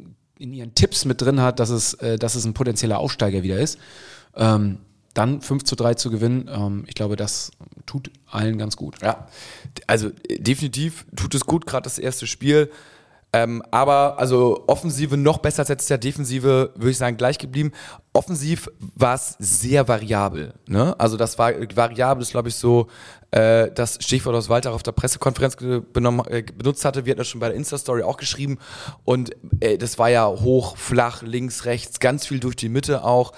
D: Tipps mit drin hat, dass es ein potenzieller Aufsteiger wieder ist. Dann 5:3 zu gewinnen, ich glaube, das tut allen ganz gut.
C: Ja, also definitiv tut es gut, gerade das erste Spiel. Aber also Offensive noch besser als letztes Jahr, Defensive würde ich sagen gleich geblieben. Offensiv war es sehr variabel. Ne? Also das war variabel, ist glaube ich so das Stichwort, was Walter auf der Pressekonferenz benutzt hatte. Wir hatten das schon bei der Insta-Story auch geschrieben. Und das war ja hoch, flach, links, rechts, ganz viel durch die Mitte auch.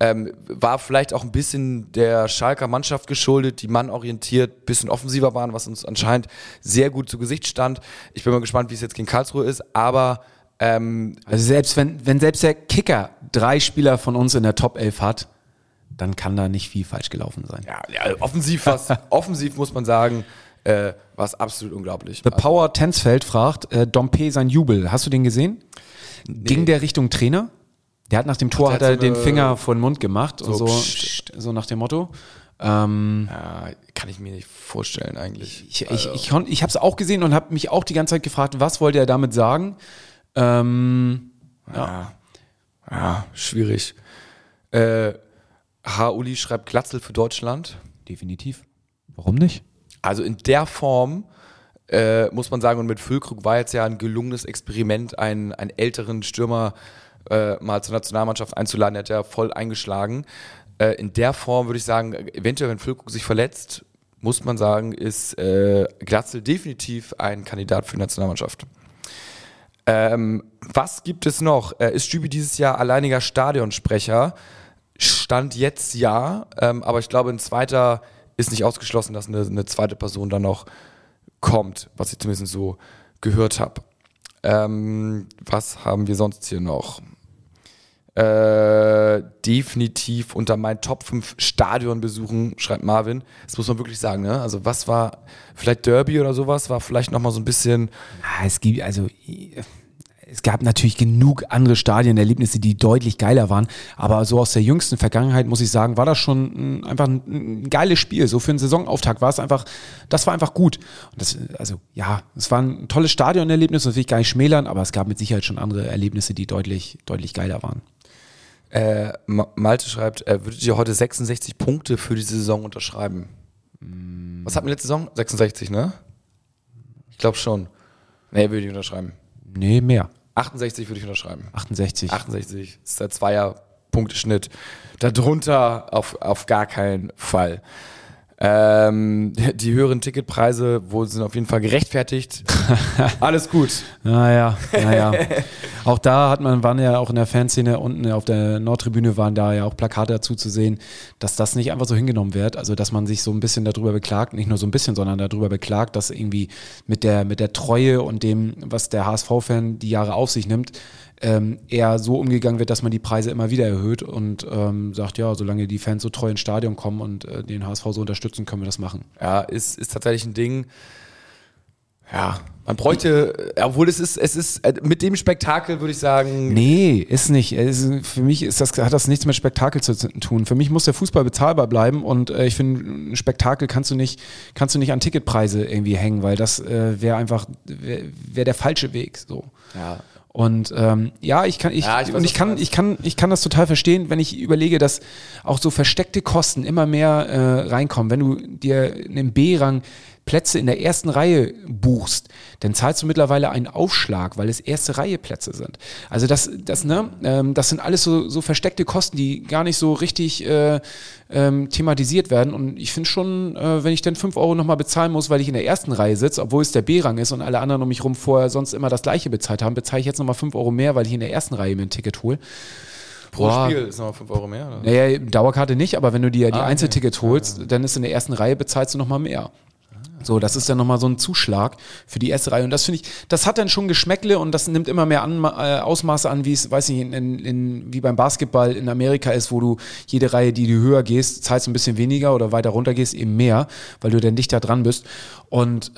C: War vielleicht auch ein bisschen der Schalker Mannschaft geschuldet, die mannorientiert, ein bisschen offensiver waren, was uns anscheinend sehr gut zu Gesicht stand. Ich bin mal gespannt, wie es jetzt gegen Karlsruhe ist, aber
D: also selbst wenn selbst der Kicker 3 Spieler von uns in der Top 11 hat, dann kann da nicht viel falsch gelaufen sein.
C: Ja, offensiv muss man sagen, war es absolut unglaublich.
D: The Power Tensfeld fragt, Dompe sein Jubel, hast du den gesehen? Nee. Ging der Richtung Trainer? Der hat nach dem Tor den Finger vor den Mund gemacht und so nach dem Motto.
C: Kann ich mir nicht vorstellen eigentlich.
D: Ich habe es auch gesehen und habe mich auch die ganze Zeit gefragt, was wollte er damit sagen?
C: Ja, schwierig. Uli schreibt Glatzel für Deutschland.
D: Definitiv. Warum nicht?
C: Also in der Form muss man sagen, und mit Füllkrug war jetzt ja ein gelungenes Experiment, einen älteren Stürmer mal zur Nationalmannschaft einzuladen, der hat ja voll eingeschlagen. In der Form würde ich sagen, eventuell wenn Füllkrug sich verletzt, muss man sagen, ist Glatzel definitiv ein Kandidat für die Nationalmannschaft. Was gibt es noch? Ist Stübi dieses Jahr alleiniger Stadionsprecher? Stand jetzt ja, aber ich glaube, ein zweiter ist nicht ausgeschlossen, dass eine zweite Person dann noch kommt, was ich zumindest so gehört habe. Was haben wir sonst hier noch? Definitiv unter meinen Top 5 Stadionbesuchen, schreibt Marvin. Das muss man wirklich sagen, ne? Also was war, vielleicht Derby oder sowas, war vielleicht nochmal so ein bisschen...
D: Es gab natürlich genug andere Stadionerlebnisse, die deutlich geiler waren, aber so aus der jüngsten Vergangenheit, muss ich sagen, war das schon einfach ein geiles Spiel. So für einen Saisonauftakt war es einfach, das war einfach gut. Und es war ein tolles Stadionerlebnis, das will ich gar nicht schmälern, aber es gab mit Sicherheit schon andere Erlebnisse, die deutlich geiler waren.
C: Malte schreibt, würdet ihr heute 66 Punkte für diese Saison unterschreiben? Was hatten wir letzte Saison? 66, ne? Ich glaube schon. Nee, würde ich unterschreiben.
D: Nee, mehr.
C: 68 würde ich unterschreiben.
D: 68
C: ist der Zweier-Punkteschnitt. Darunter auf gar keinen Fall. Die höheren Ticketpreise sind auf jeden Fall gerechtfertigt. Alles gut.
D: Naja. Auch da waren ja auch in der Fanszene unten auf der Nordtribüne waren da ja auch Plakate dazu zu sehen, dass das nicht einfach so hingenommen wird. Also, dass man sich so ein bisschen darüber beklagt, nicht nur so ein bisschen, sondern darüber beklagt, dass irgendwie mit der Treue und dem, was der HSV-Fan die Jahre auf sich nimmt, eher so umgegangen wird, dass man die Preise immer wieder erhöht und sagt, ja, solange die Fans so treu ins Stadion kommen und den HSV so unterstützen, können wir das machen.
C: Ja, ist tatsächlich ein Ding. Ja, man bräuchte, obwohl es ist mit dem Spektakel, würde ich sagen.
D: Nee, ist nicht. Für mich hat das nichts mit Spektakel zu tun. Für mich muss der Fußball bezahlbar bleiben und ich finde, ein Spektakel kannst du nicht an Ticketpreise irgendwie hängen, weil das wäre der falsche Weg. So.
C: Ja.
D: Und ich kann das total verstehen, wenn ich überlege, dass auch so versteckte Kosten immer mehr reinkommen. Wenn du dir einen B-Rang Plätze in der ersten Reihe buchst, dann zahlst du mittlerweile einen Aufschlag, weil es erste Reihe Plätze sind. Also das sind alles so versteckte Kosten, die gar nicht so richtig thematisiert werden. Und ich finde schon, wenn ich dann 5 € nochmal bezahlen muss, weil ich in der ersten Reihe sitze, obwohl es der B-Rang ist und alle anderen um mich rum vorher sonst immer das Gleiche bezahlt haben, bezahle ich jetzt nochmal 5 € mehr, weil ich in der ersten Reihe mir ein Ticket hole.
C: Pro Spiel ist nochmal 5 € mehr? Oder?
D: Naja, Dauerkarte nicht, aber wenn du dir die Einzeltickets holst, dann ist in der ersten Reihe bezahlst du nochmal mehr. So, das ist dann nochmal so ein Zuschlag für die erste Reihe. Und das finde ich, das hat dann schon Geschmäckle und das nimmt immer mehr Ausmaße an, wie es, weiß nicht, wie beim Basketball in Amerika ist, wo du jede Reihe, die du höher gehst, zahlst ein bisschen weniger oder weiter runter gehst, eben mehr, weil du dann dichter dran bist. Und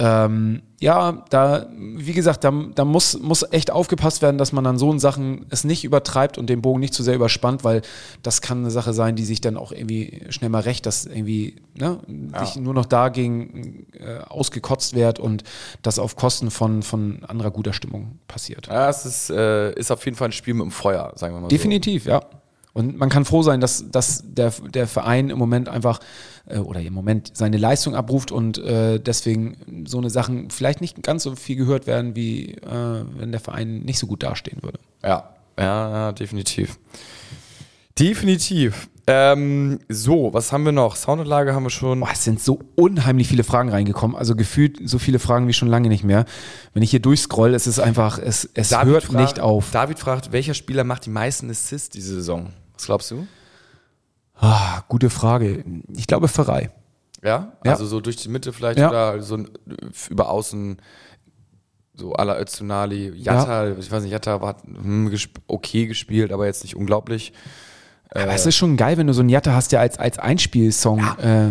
D: wie gesagt, da muss echt aufgepasst werden, dass man an so Sachen es nicht übertreibt und den Bogen nicht zu sehr überspannt, weil das kann eine Sache sein, die sich dann auch irgendwie schnell mal rächt, dass irgendwie sich nur noch dagegen ausgekotzt wird und das auf Kosten von anderer guter Stimmung passiert.
C: Ja, es ist auf jeden Fall ein Spiel mit dem Feuer, sagen wir mal.
D: Definitiv, so. Ja. Und man kann froh sein, dass der Verein im Moment einfach seine Leistung abruft und deswegen so eine Sachen vielleicht nicht ganz so viel gehört werden, wie wenn der Verein nicht so gut dastehen würde.
C: Ja, definitiv. Definitiv. So, was haben wir noch? Soundanlage haben wir schon.
D: Es sind so unheimlich viele Fragen reingekommen. Also gefühlt so viele Fragen wie schon lange nicht mehr. Wenn ich hier durchscroll, es ist einfach, es hört nicht auf.
C: David fragt, welcher Spieler macht die meisten Assists diese Saison? Was glaubst du?
D: Gute Frage. Ich glaube Ferrei.
C: Ja? Also so durch die Mitte vielleicht oder so über außen, so à la Öztunali. Jatta, ich weiß nicht, Jatta hat okay gespielt, aber jetzt nicht unglaublich.
D: Aber es ist schon geil, wenn du so einen Jatta hast, der als Einspielsong.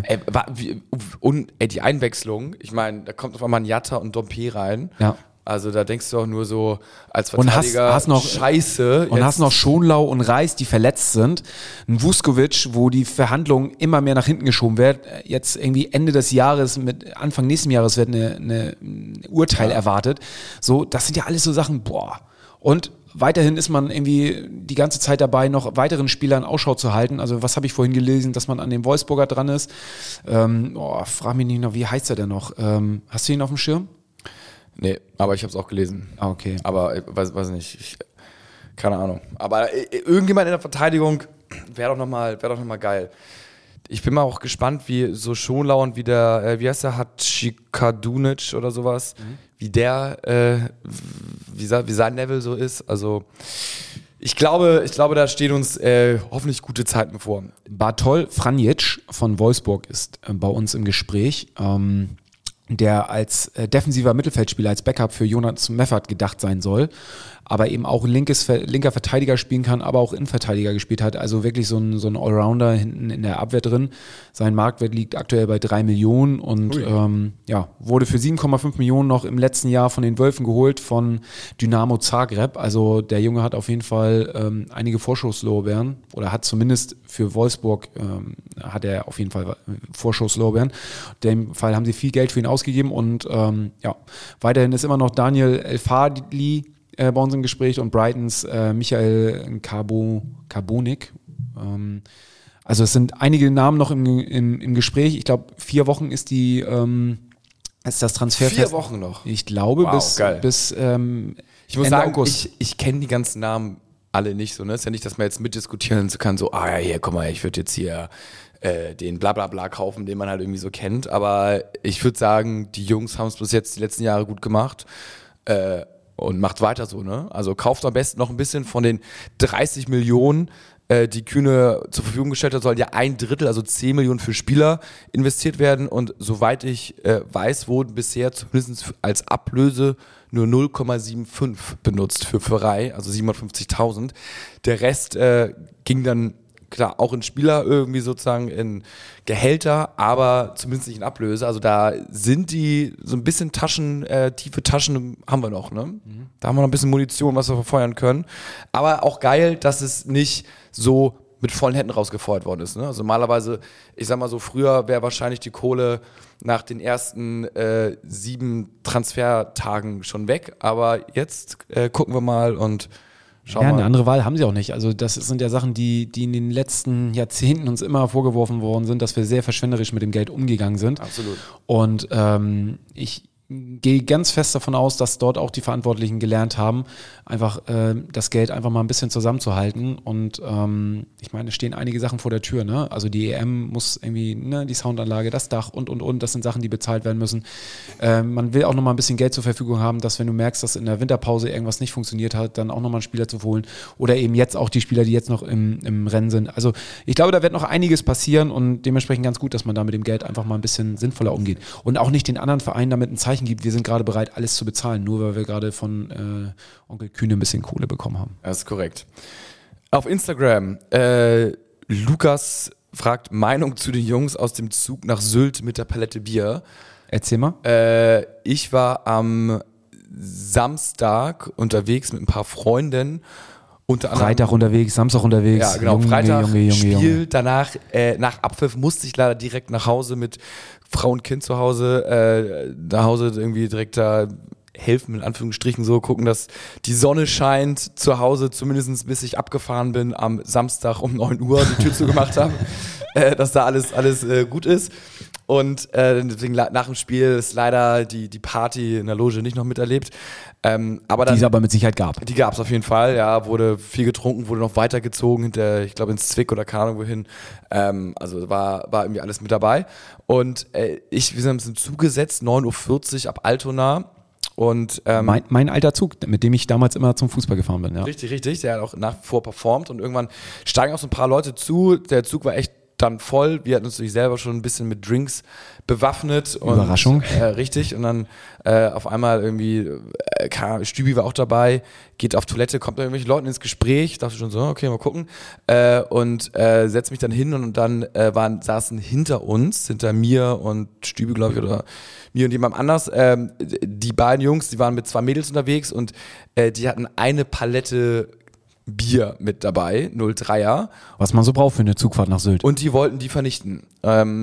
C: Die Einwechslung, ich meine, da kommt auf einmal ein Jatta und Dompe rein.
D: Ja.
C: Also da denkst du auch nur so als Verteidiger,
D: hast noch,
C: Scheiße.
D: Und hast noch Schonlau und Reis, die verletzt sind. Ein Vuskovic, wo die Verhandlungen immer mehr nach hinten geschoben werden. Jetzt irgendwie Ende des Jahres, mit Anfang nächsten Jahres wird ein Urteil erwartet. So, das sind ja alles so Sachen, boah. Und weiterhin ist man irgendwie die ganze Zeit dabei, noch weiteren Spielern Ausschau zu halten. Also was habe ich vorhin gelesen, dass man an dem Wolfsburger dran ist. Frag mich nicht noch, wie heißt er denn noch? Hast du ihn auf dem Schirm?
C: Nee, aber ich habe es auch gelesen.
D: Ah, okay.
C: Aber weiß nicht, keine Ahnung. Aber irgendjemand in der Verteidigung wäre doch noch mal geil. Ich bin mal auch gespannt, wie so Schonlau wie der, wie heißt der, Hadzikadunic oder sowas, wie der, wie sein Level so ist. Also ich glaube, da stehen uns hoffentlich gute Zeiten bevor.
D: Bartol Franjic von Wolfsburg ist bei uns im Gespräch. Der als defensiver Mittelfeldspieler, als Backup für Jonas Meffert gedacht sein soll, aber eben auch linker Verteidiger spielen kann, aber auch Innenverteidiger gespielt hat. Also wirklich so ein Allrounder hinten in der Abwehr drin. Sein Marktwert liegt aktuell bei 3 Millionen und wurde für 7,5 Millionen noch im letzten Jahr von den Wölfen geholt von Dynamo Zagreb. Also der Junge hat auf jeden Fall einige Vorschusslorbeeren oder hat zumindest für Wolfsburg hat er auf jeden Fall Vorschusslorbeeren. In dem Fall haben sie viel Geld für ihn ausgegeben und weiterhin ist immer noch Daniel El-Fadli bei uns im Gespräch und Brightons Michael Carbonik. Also es sind einige Namen noch im Gespräch. Ich glaube, 4 Wochen ist das Transferfest.
C: 4 Wochen noch?
D: Ich glaube,
C: wow,
D: bis
C: ich muss
D: Ende
C: sagen,
D: August.
C: Ich kenne die ganzen Namen alle nicht so. Ne? Es ist ja nicht, dass man jetzt mitdiskutieren kann, so, hier, guck mal, ich würde jetzt hier den Blablabla kaufen, den man halt irgendwie so kennt. Aber ich würde sagen, die Jungs haben es bis jetzt die letzten Jahre gut gemacht. Und macht weiter so, ne? Also kauft am besten noch ein bisschen von den 30 Millionen, die Kühne zur Verfügung gestellt hat, soll ja 1/3, also 10 Millionen für Spieler investiert werden. Und soweit ich weiß, wurden bisher zumindest als Ablöse nur 0,75 benutzt für Verein, also 750.000. Der Rest ging dann klar auch in Spieler irgendwie sozusagen in Gehälter, aber zumindest nicht in Ablöse. Also da sind die so ein bisschen tiefe Taschen haben wir noch, ne? Da haben wir noch ein bisschen Munition, was wir verfeuern können. Aber auch geil, dass es nicht so mit vollen Händen rausgefeuert worden ist, ne? Also normalerweise, ich sag mal so, früher wäre wahrscheinlich die Kohle nach den ersten 7 Transfertagen schon weg. Aber jetzt gucken wir mal und
D: eine andere Wahl haben sie auch nicht. Also das sind ja Sachen, die in den letzten Jahrzehnten uns immer vorgeworfen worden sind, dass wir sehr verschwenderisch mit dem Geld umgegangen sind.
C: Absolut.
D: Und ich gehe ganz fest davon aus, dass dort auch die Verantwortlichen gelernt haben, einfach das Geld einfach mal ein bisschen zusammenzuhalten. Und ich meine, es stehen einige Sachen vor der Tür, ne? Also die EM muss irgendwie, ne, die Soundanlage, das Dach und. Das sind Sachen, die bezahlt werden müssen. Man will auch noch mal ein bisschen Geld zur Verfügung haben, dass wenn du merkst, dass in der Winterpause irgendwas nicht funktioniert hat, dann auch noch mal einen Spieler zu holen. Oder eben jetzt auch die Spieler, die jetzt noch im Rennen sind. Also ich glaube, da wird noch einiges passieren und dementsprechend ganz gut, dass man da mit dem Geld einfach mal ein bisschen sinnvoller umgeht. Und auch nicht den anderen Vereinen damit ein Zeichen gibt, wir sind gerade bereit, alles zu bezahlen, nur weil wir gerade von Onkel Kühne ein bisschen Kohle bekommen haben.
C: Das ist korrekt. Auf Instagram, Lukas fragt Meinung zu den Jungs aus dem Zug nach Sylt mit der Palette Bier.
D: Erzähl mal.
C: Ich war am Samstag unterwegs mit ein paar Freunden. Unter anderem
D: Freitag unterwegs, Samstag unterwegs.
C: Ja, genau.
D: Junge,
C: Freitag
D: Junge.
C: Spiel. Danach, nach Abpfiff musste ich leider direkt nach Hause mit Frau und Kind zu Hause. Nach Hause irgendwie direkt da helfen, in Anführungsstrichen so, gucken, dass die Sonne scheint zu Hause, zumindest bis ich abgefahren bin am Samstag um 9 Uhr die Tür zugemacht habe, dass da alles gut ist. Und deswegen nach dem Spiel ist leider die Party in der Loge nicht noch miterlebt. Aber dann,
D: die es aber mit Sicherheit gab.
C: Die gab es auf jeden Fall, ja, wurde viel getrunken, wurde noch weitergezogen, ich glaube ins Zwick oder keine Ahnung wohin. Also war irgendwie alles mit dabei. Und wir sind uns im Zug gesetzt, 9:40 Uhr ab Altona. Und,
D: mein alter Zug, mit dem ich damals immer zum Fußball gefahren bin. Ja.
C: Richtig, der hat auch nach wie vor performt und irgendwann steigen auch so ein paar Leute zu, der Zug war echt dann voll, wir hatten uns natürlich selber schon ein bisschen mit Drinks bewaffnet.
D: Überraschung.
C: Richtig, und dann auf einmal irgendwie, Stübi war auch dabei, geht auf Toilette, kommt mit irgendwelchen Leuten ins Gespräch, dachte schon so, okay, mal gucken, und setze mich dann hin und dann saßen hinter mir und Stübi, glaube ich, oder mir und jemand anders, die beiden Jungs, die waren mit 2 Mädels unterwegs und die hatten eine Palette Bier mit dabei, 0,3er.
D: Was man so braucht für eine Zugfahrt nach Sylt.
C: Und die wollten die vernichten.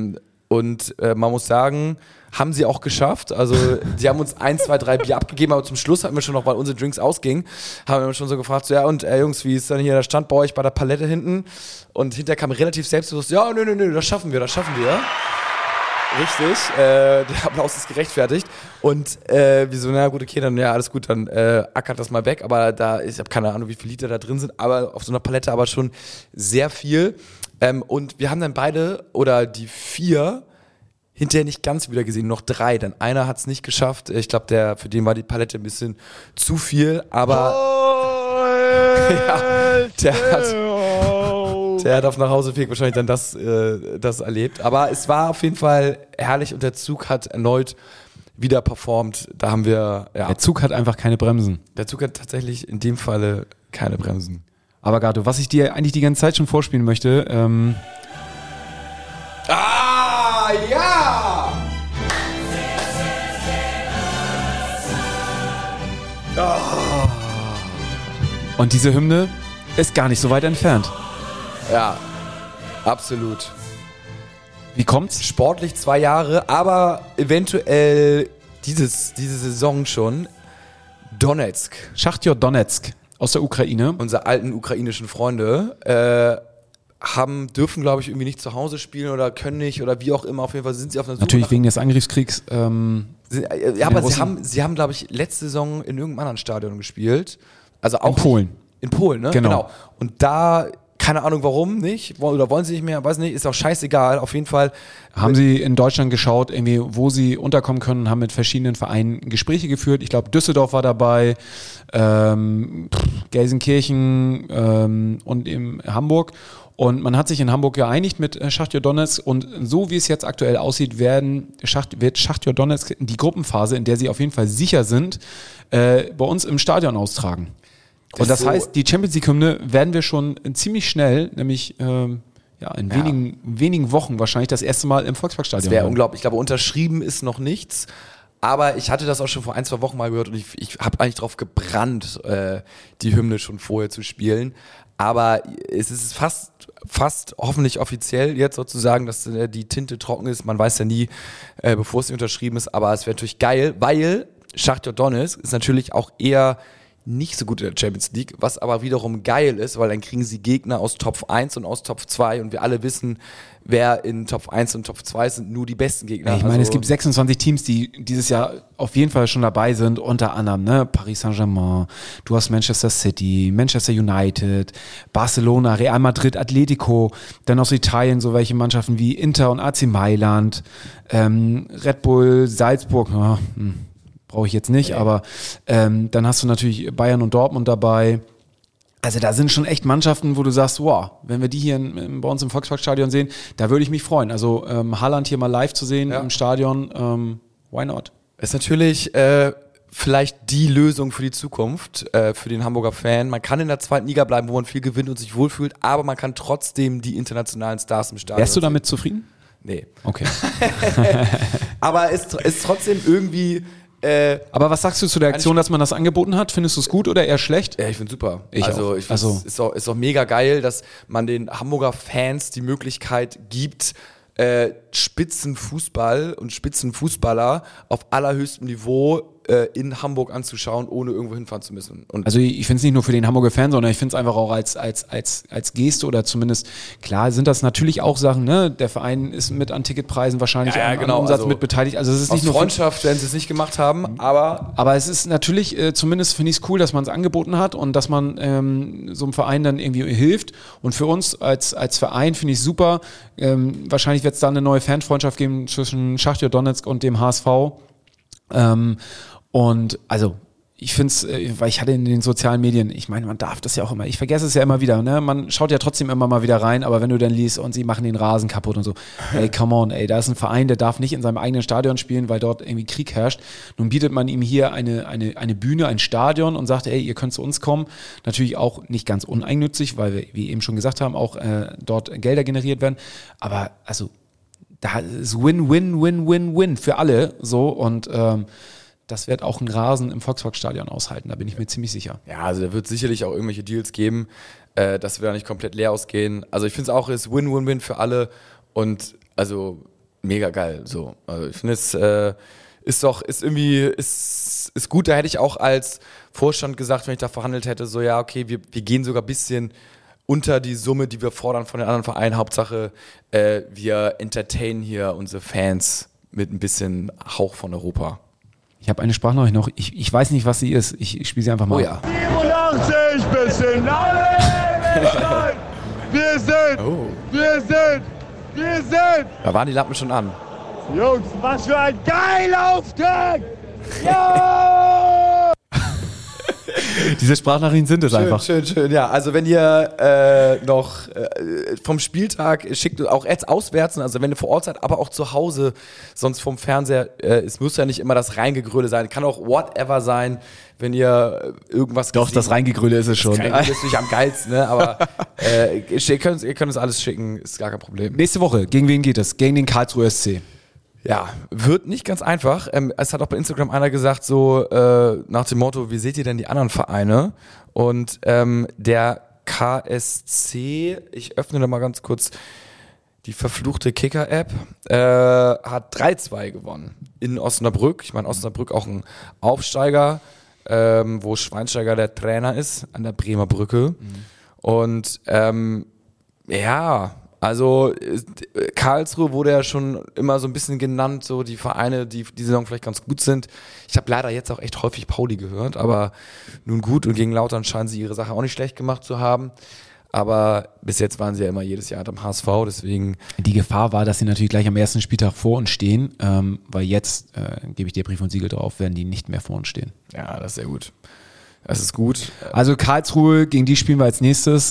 C: Und man muss sagen, haben sie auch geschafft. Also sie haben uns 1, 2, 3 Bier abgegeben, aber zum Schluss hatten wir schon noch, weil unsere Drinks ausgingen, haben wir schon so gefragt, so, ja und Jungs, wie ist dann hier der Stand bei euch bei der Palette hinten? Und hinterher kam relativ selbstbewusst, ja, nö, das schaffen wir. Richtig, der Applaus ist gerechtfertigt. Und wir so, na gut, okay, dann ja, alles gut, dann ackert das mal weg. Aber ich habe keine Ahnung, wie viele Liter da drin sind, aber auf so einer Palette aber schon sehr viel. Und wir haben dann beide, oder die 4, hinterher nicht ganz wieder gesehen, noch 3. Denn einer hat es nicht geschafft. Ich glaube, für den war die Palette ein bisschen zu viel, aber ja, der hat auf Nachhauseweg wahrscheinlich dann das erlebt. Aber es war auf jeden Fall herrlich und der Zug hat erneut wieder performt. Da haben wir, ja.
D: Der Zug hat einfach keine Bremsen.
C: Der Zug hat tatsächlich in dem Falle keine Bremsen.
D: Aber Gato, was ich dir eigentlich die ganze Zeit schon vorspielen möchte,
C: ja!
D: Und diese Hymne ist gar nicht so weit entfernt.
C: Ja, absolut.
D: Wie kommt's?
C: Sportlich 2 Jahre, aber eventuell diese Saison schon. Donetsk.
D: Schachtjor Donetsk aus der Ukraine.
C: Unsere alten ukrainischen Freunde dürfen, glaube ich, irgendwie nicht zu Hause spielen oder können nicht oder wie auch immer. Auf jeden Fall sind sie auf einer Suche.
D: Natürlich wegen des Angriffskriegs.
C: Ja, aber sie haben, glaube ich, letzte Saison in irgendeinem anderen Stadion gespielt. Also auch
D: in Polen.
C: In Polen, ne?
D: Genau.
C: Und da, keine Ahnung warum nicht, oder wollen sie nicht mehr, weiß nicht, ist auch scheißegal. Auf jeden Fall.
D: Haben sie in Deutschland geschaut, irgendwie, wo sie unterkommen können, haben mit verschiedenen Vereinen Gespräche geführt. Ich glaube, Düsseldorf war dabei, Gelsenkirchen und in Hamburg. Und man hat sich in Hamburg geeinigt mit Schachtjor Donetsk und so wie es jetzt aktuell aussieht, wird Schachtjor Donetsk die Gruppenphase, in der sie auf jeden Fall sicher sind, bei uns im Stadion austragen. Und das heißt, die Champions League-Hymne werden wir schon ziemlich schnell, nämlich in wenigen Wochen wahrscheinlich das erste Mal im Volksparkstadion.
C: Das wäre unglaublich. Ich glaube, unterschrieben ist noch nichts. Aber ich hatte das auch schon vor 1, 2 Wochen mal gehört und ich habe eigentlich drauf gebrannt, die Hymne schon vorher zu spielen. Aber es ist fast hoffentlich offiziell jetzt sozusagen, dass die Tinte trocken ist. Man weiß ja nie, bevor es unterschrieben ist. Aber es wäre natürlich geil, weil Schachtjor Donetsk ist natürlich auch eher nicht so gut in der Champions League, was aber wiederum geil ist, weil dann kriegen sie Gegner aus Top 1 und aus Top 2 und wir alle wissen, wer in Top 1 und Top 2 sind nur die besten Gegner.
D: Ich meine, es gibt 26 Teams, die dieses Jahr auf jeden Fall schon dabei sind, unter anderem Paris Saint-Germain, du hast Manchester City, Manchester United, Barcelona, Real Madrid, Atletico, dann aus Italien so welche Mannschaften wie Inter und AC Mailand, Red Bull, Salzburg, brauche ich jetzt nicht, aber dann hast du natürlich Bayern und Dortmund dabei. Also da sind schon echt Mannschaften, wo du sagst, wow, wenn wir die hier bei uns im Volksparkstadion sehen, da würde ich mich freuen. Also Haaland hier mal live zu sehen im Stadion, why not?
C: Ist natürlich vielleicht die Lösung für die Zukunft, für den Hamburger Fan. Man kann in der 2. Liga bleiben, wo man viel gewinnt und sich wohlfühlt, aber man kann trotzdem die internationalen Stars im Stadion
D: Wärst du damit zufrieden?
C: Nee.
D: Okay.
C: Aber es ist trotzdem irgendwie...
D: Aber was sagst du zu der Aktion, dass man das angeboten hat? Findest du es gut oder eher schlecht?
C: Ja, ich finde es super.
D: Ich
C: finde es ist auch mega geil, dass man den Hamburger Fans die Möglichkeit gibt, Spitzenfußball und Spitzenfußballer auf allerhöchstem Niveau in Hamburg anzuschauen, ohne irgendwo hinfahren zu müssen. Und
D: also ich finde es nicht nur für den Hamburger Fan, sondern ich finde es einfach auch als Geste oder zumindest, klar sind das natürlich auch Sachen, ne? Der Verein ist mit an Ticketpreisen wahrscheinlich am Umsatz
C: also
D: mit beteiligt. Also es ist
C: aus
D: nicht nur
C: Freundschaft werden sie es nicht gemacht haben,
D: aber es ist natürlich, zumindest finde ich es cool, dass man es angeboten hat und dass man so einem Verein dann irgendwie hilft. Und für uns als Verein finde ich es super. Wahrscheinlich wird es dann eine neue Fanfreundschaft geben zwischen Schachtjor Donetsk und dem HSV. Und also ich finde es, weil ich hatte in den sozialen Medien, ich meine, man darf das ja auch immer, ich vergesse es ja immer wieder, ne? Man schaut ja trotzdem immer mal wieder rein, aber wenn du dann liest und sie machen den Rasen kaputt und so, ey, come on, ey, da ist ein Verein, der darf nicht in seinem eigenen Stadion spielen, weil dort irgendwie Krieg herrscht. Nun bietet man ihm hier eine Bühne, ein Stadion und sagt, ey, ihr könnt zu uns kommen. Natürlich auch nicht ganz uneigennützig, weil wir, wie eben schon gesagt haben, auch dort Gelder generiert werden. Aber also, da ist Win für alle so und das wird auch ein Rasen im Volksparkstadion aushalten, da bin ich mir ziemlich sicher.
C: Ja, also da wird sicherlich auch irgendwelche Deals geben, dass wir da nicht komplett leer ausgehen. Also ich finde es auch, ist Win für alle und also mega geil. So. Also ich finde es ist gut. Da hätte ich auch als Vorstand gesagt, wenn ich da verhandelt hätte, so ja, okay, wir gehen sogar ein bisschen unter die Summe, die wir fordern von den anderen Vereinen. Hauptsache, wir entertainen hier unsere Fans mit ein bisschen Hauch von Europa.
D: Ich habe eine Sprachnachricht noch. Ich weiß nicht, was sie ist. Ich spiele sie einfach mal.
C: Oh ja.
E: 87 bis in alle. Wir sind.
C: Da waren die Lampen schon an.
E: Jungs, was für ein geiler Auftrag. Ja!
D: Diese Sprachnachrichten sind es einfach.
C: Schön, ja. Also wenn ihr noch vom Spieltag schickt, auch jetzt auswärts, also wenn ihr vor Ort seid, aber auch zu Hause, sonst vom Fernseher, es muss ja nicht immer das Reingegröle sein, kann auch whatever sein, wenn ihr irgendwas
D: Doch, das Reingegröle ist es schon.
C: Das ist natürlich am geilsten, ne? Aber ihr könnt uns alles schicken, ist gar kein Problem.
D: Nächste Woche, gegen wen geht es? Gegen den Karlsruher SC.
C: Ja, wird nicht ganz einfach. Es hat auch bei Instagram einer gesagt, so nach dem Motto, wie seht ihr denn die anderen Vereine? Und der KSC, ich öffne da mal ganz kurz die verfluchte Kicker-App, hat 3-2 gewonnen in Osnabrück. Ich meine, Osnabrück auch ein Aufsteiger, wo Schweinsteiger der Trainer ist, an der Bremer Brücke. Und ja, also Karlsruhe wurde ja schon immer so ein bisschen genannt, so die Vereine, die Saison vielleicht ganz gut sind. Ich habe leider jetzt auch echt häufig Pauli gehört, aber nun gut, und gegen Lautern scheinen sie ihre Sache auch nicht schlecht gemacht zu haben. Aber bis jetzt waren sie ja immer jedes Jahr am HSV, deswegen...
D: Die Gefahr war, dass sie natürlich gleich am ersten Spieltag vor uns stehen, weil jetzt, gebe ich dir Brief und Siegel drauf, werden die nicht mehr vor uns stehen.
C: Ja, das ist sehr gut. Das ist gut.
D: Also Karlsruhe, gegen die spielen wir als nächstes.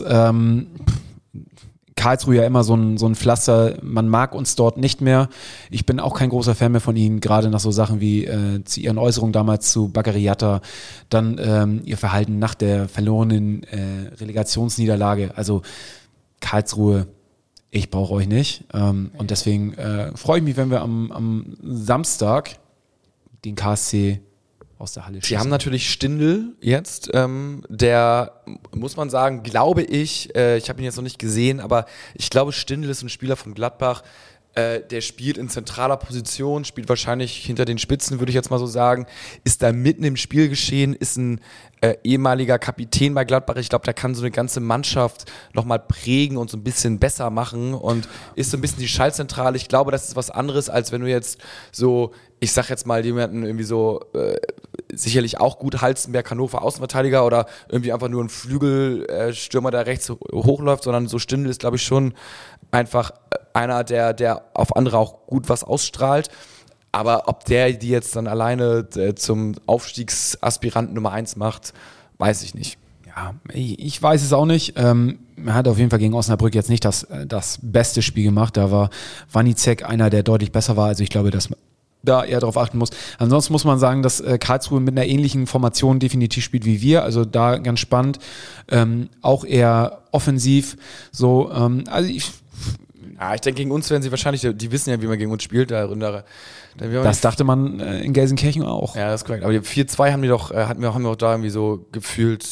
D: Karlsruhe ja immer so ein Pflaster, man mag uns dort nicht mehr. Ich bin auch kein großer Fan mehr von ihnen, gerade nach so Sachen wie zu ihren Äußerungen damals zu Baccariata, dann ihr Verhalten nach der verlorenen Relegationsniederlage. Also Karlsruhe, ich brauche euch nicht. Und deswegen freue ich mich, wenn wir am Samstag den KSC aus der Halle schießen.
C: Sie haben natürlich Stindl jetzt, der, muss man sagen, glaube ich habe ihn jetzt noch nicht gesehen, aber ich glaube, Stindl ist ein Spieler von Gladbach, der spielt in zentraler Position, spielt wahrscheinlich hinter den Spitzen, würde ich jetzt mal so sagen, ist da mitten im Spielgeschehen, ist ein ehemaliger Kapitän bei Gladbach. Ich glaube, der kann so eine ganze Mannschaft nochmal prägen und so ein bisschen besser machen und ist so ein bisschen die Schaltzentrale. Ich glaube, das ist was anderes, als wenn du jetzt so, ich sag jetzt mal jemanden irgendwie so, sicherlich auch gut Halstenberg, Hannover Außenverteidiger oder irgendwie einfach nur ein Flügelstürmer, der rechts hochläuft, sondern so Stindl ist, glaube ich, schon einfach einer, der auf andere auch gut was ausstrahlt. Aber ob der die jetzt dann alleine zum Aufstiegsaspiranten Nummer 1 macht, weiß ich nicht.
D: Ja, ich weiß es auch nicht. Er hat auf jeden Fall gegen Osnabrück jetzt nicht das beste Spiel gemacht. Da war Wanizek einer, der deutlich besser war. Also ich glaube, dass man da eher darauf achten muss. Ansonsten muss man sagen, dass Karlsruhe mit einer ähnlichen Formation definitiv spielt wie wir. Also da ganz spannend. Auch eher offensiv. So, also ich
C: denke, gegen uns werden sie wahrscheinlich, die wissen ja, wie man gegen uns spielt.
D: Das dachte man in Gelsenkirchen auch.
C: Ja, das ist korrekt. Aber die 4-2 haben wir auch da irgendwie so gefühlt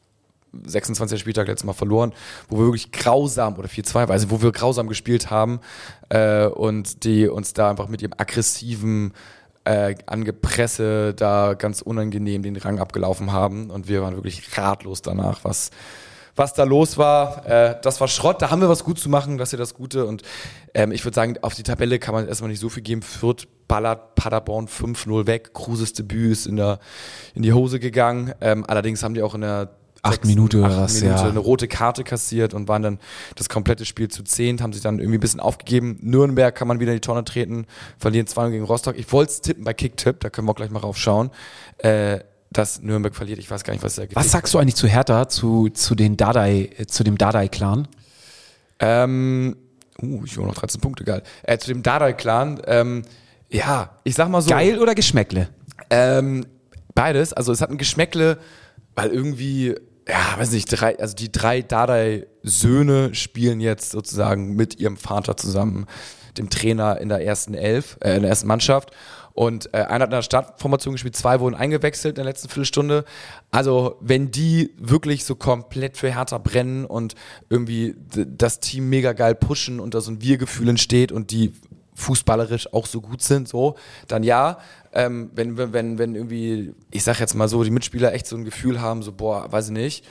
C: 26. Spieltag letztes Mal verloren, wo wir wirklich grausam, oder 4-2, also wo wir grausam gespielt haben und die uns da einfach mit ihrem aggressiven Angepresse da ganz unangenehm den Rang abgelaufen haben und wir waren wirklich ratlos danach, was da los war. Das war Schrott, da haben wir was gut zu machen, das ist ja das Gute und ich würde sagen, auf die Tabelle kann man erstmal nicht so viel geben. Fürth ballert Paderborn 5-0 weg, Kruses Debüt ist in die Hose gegangen, allerdings haben die auch in der
D: 8 Minuten
C: eine rote Karte kassiert und waren dann das komplette Spiel zu 10, haben sich dann irgendwie ein bisschen aufgegeben. Nürnberg kann man wieder in die Tonne treten, verlieren 2 gegen Rostock. Ich wollte es tippen bei Kicktipp, da können wir auch gleich mal raufschauen, dass Nürnberg verliert. Ich weiß gar nicht, was er
D: Was sagst du eigentlich zu Hertha, zu dem Dardai-Clan?
C: Ich will noch 13 Punkte, geil. Zu dem Dardai-Clan, ja, ich sag mal so.
D: Geil oder Geschmäckle?
C: Beides, also es hat ein Geschmäckle, weil irgendwie, ja, weiß nicht, die 3 Dardai-Söhne spielen jetzt sozusagen mit ihrem Vater zusammen, dem Trainer in der ersten Mannschaft. Und einer hat in der Startformation gespielt, 2 wurden eingewechselt in der letzten Viertelstunde. Also wenn die wirklich so komplett für Hertha brennen und irgendwie das Team mega geil pushen und da so ein Wir-Gefühl entsteht und die fußballerisch auch so gut sind, so, dann ja, wenn irgendwie, ich sag jetzt mal so, die Mitspieler echt so ein Gefühl haben, so, boah, weiß ich nicht,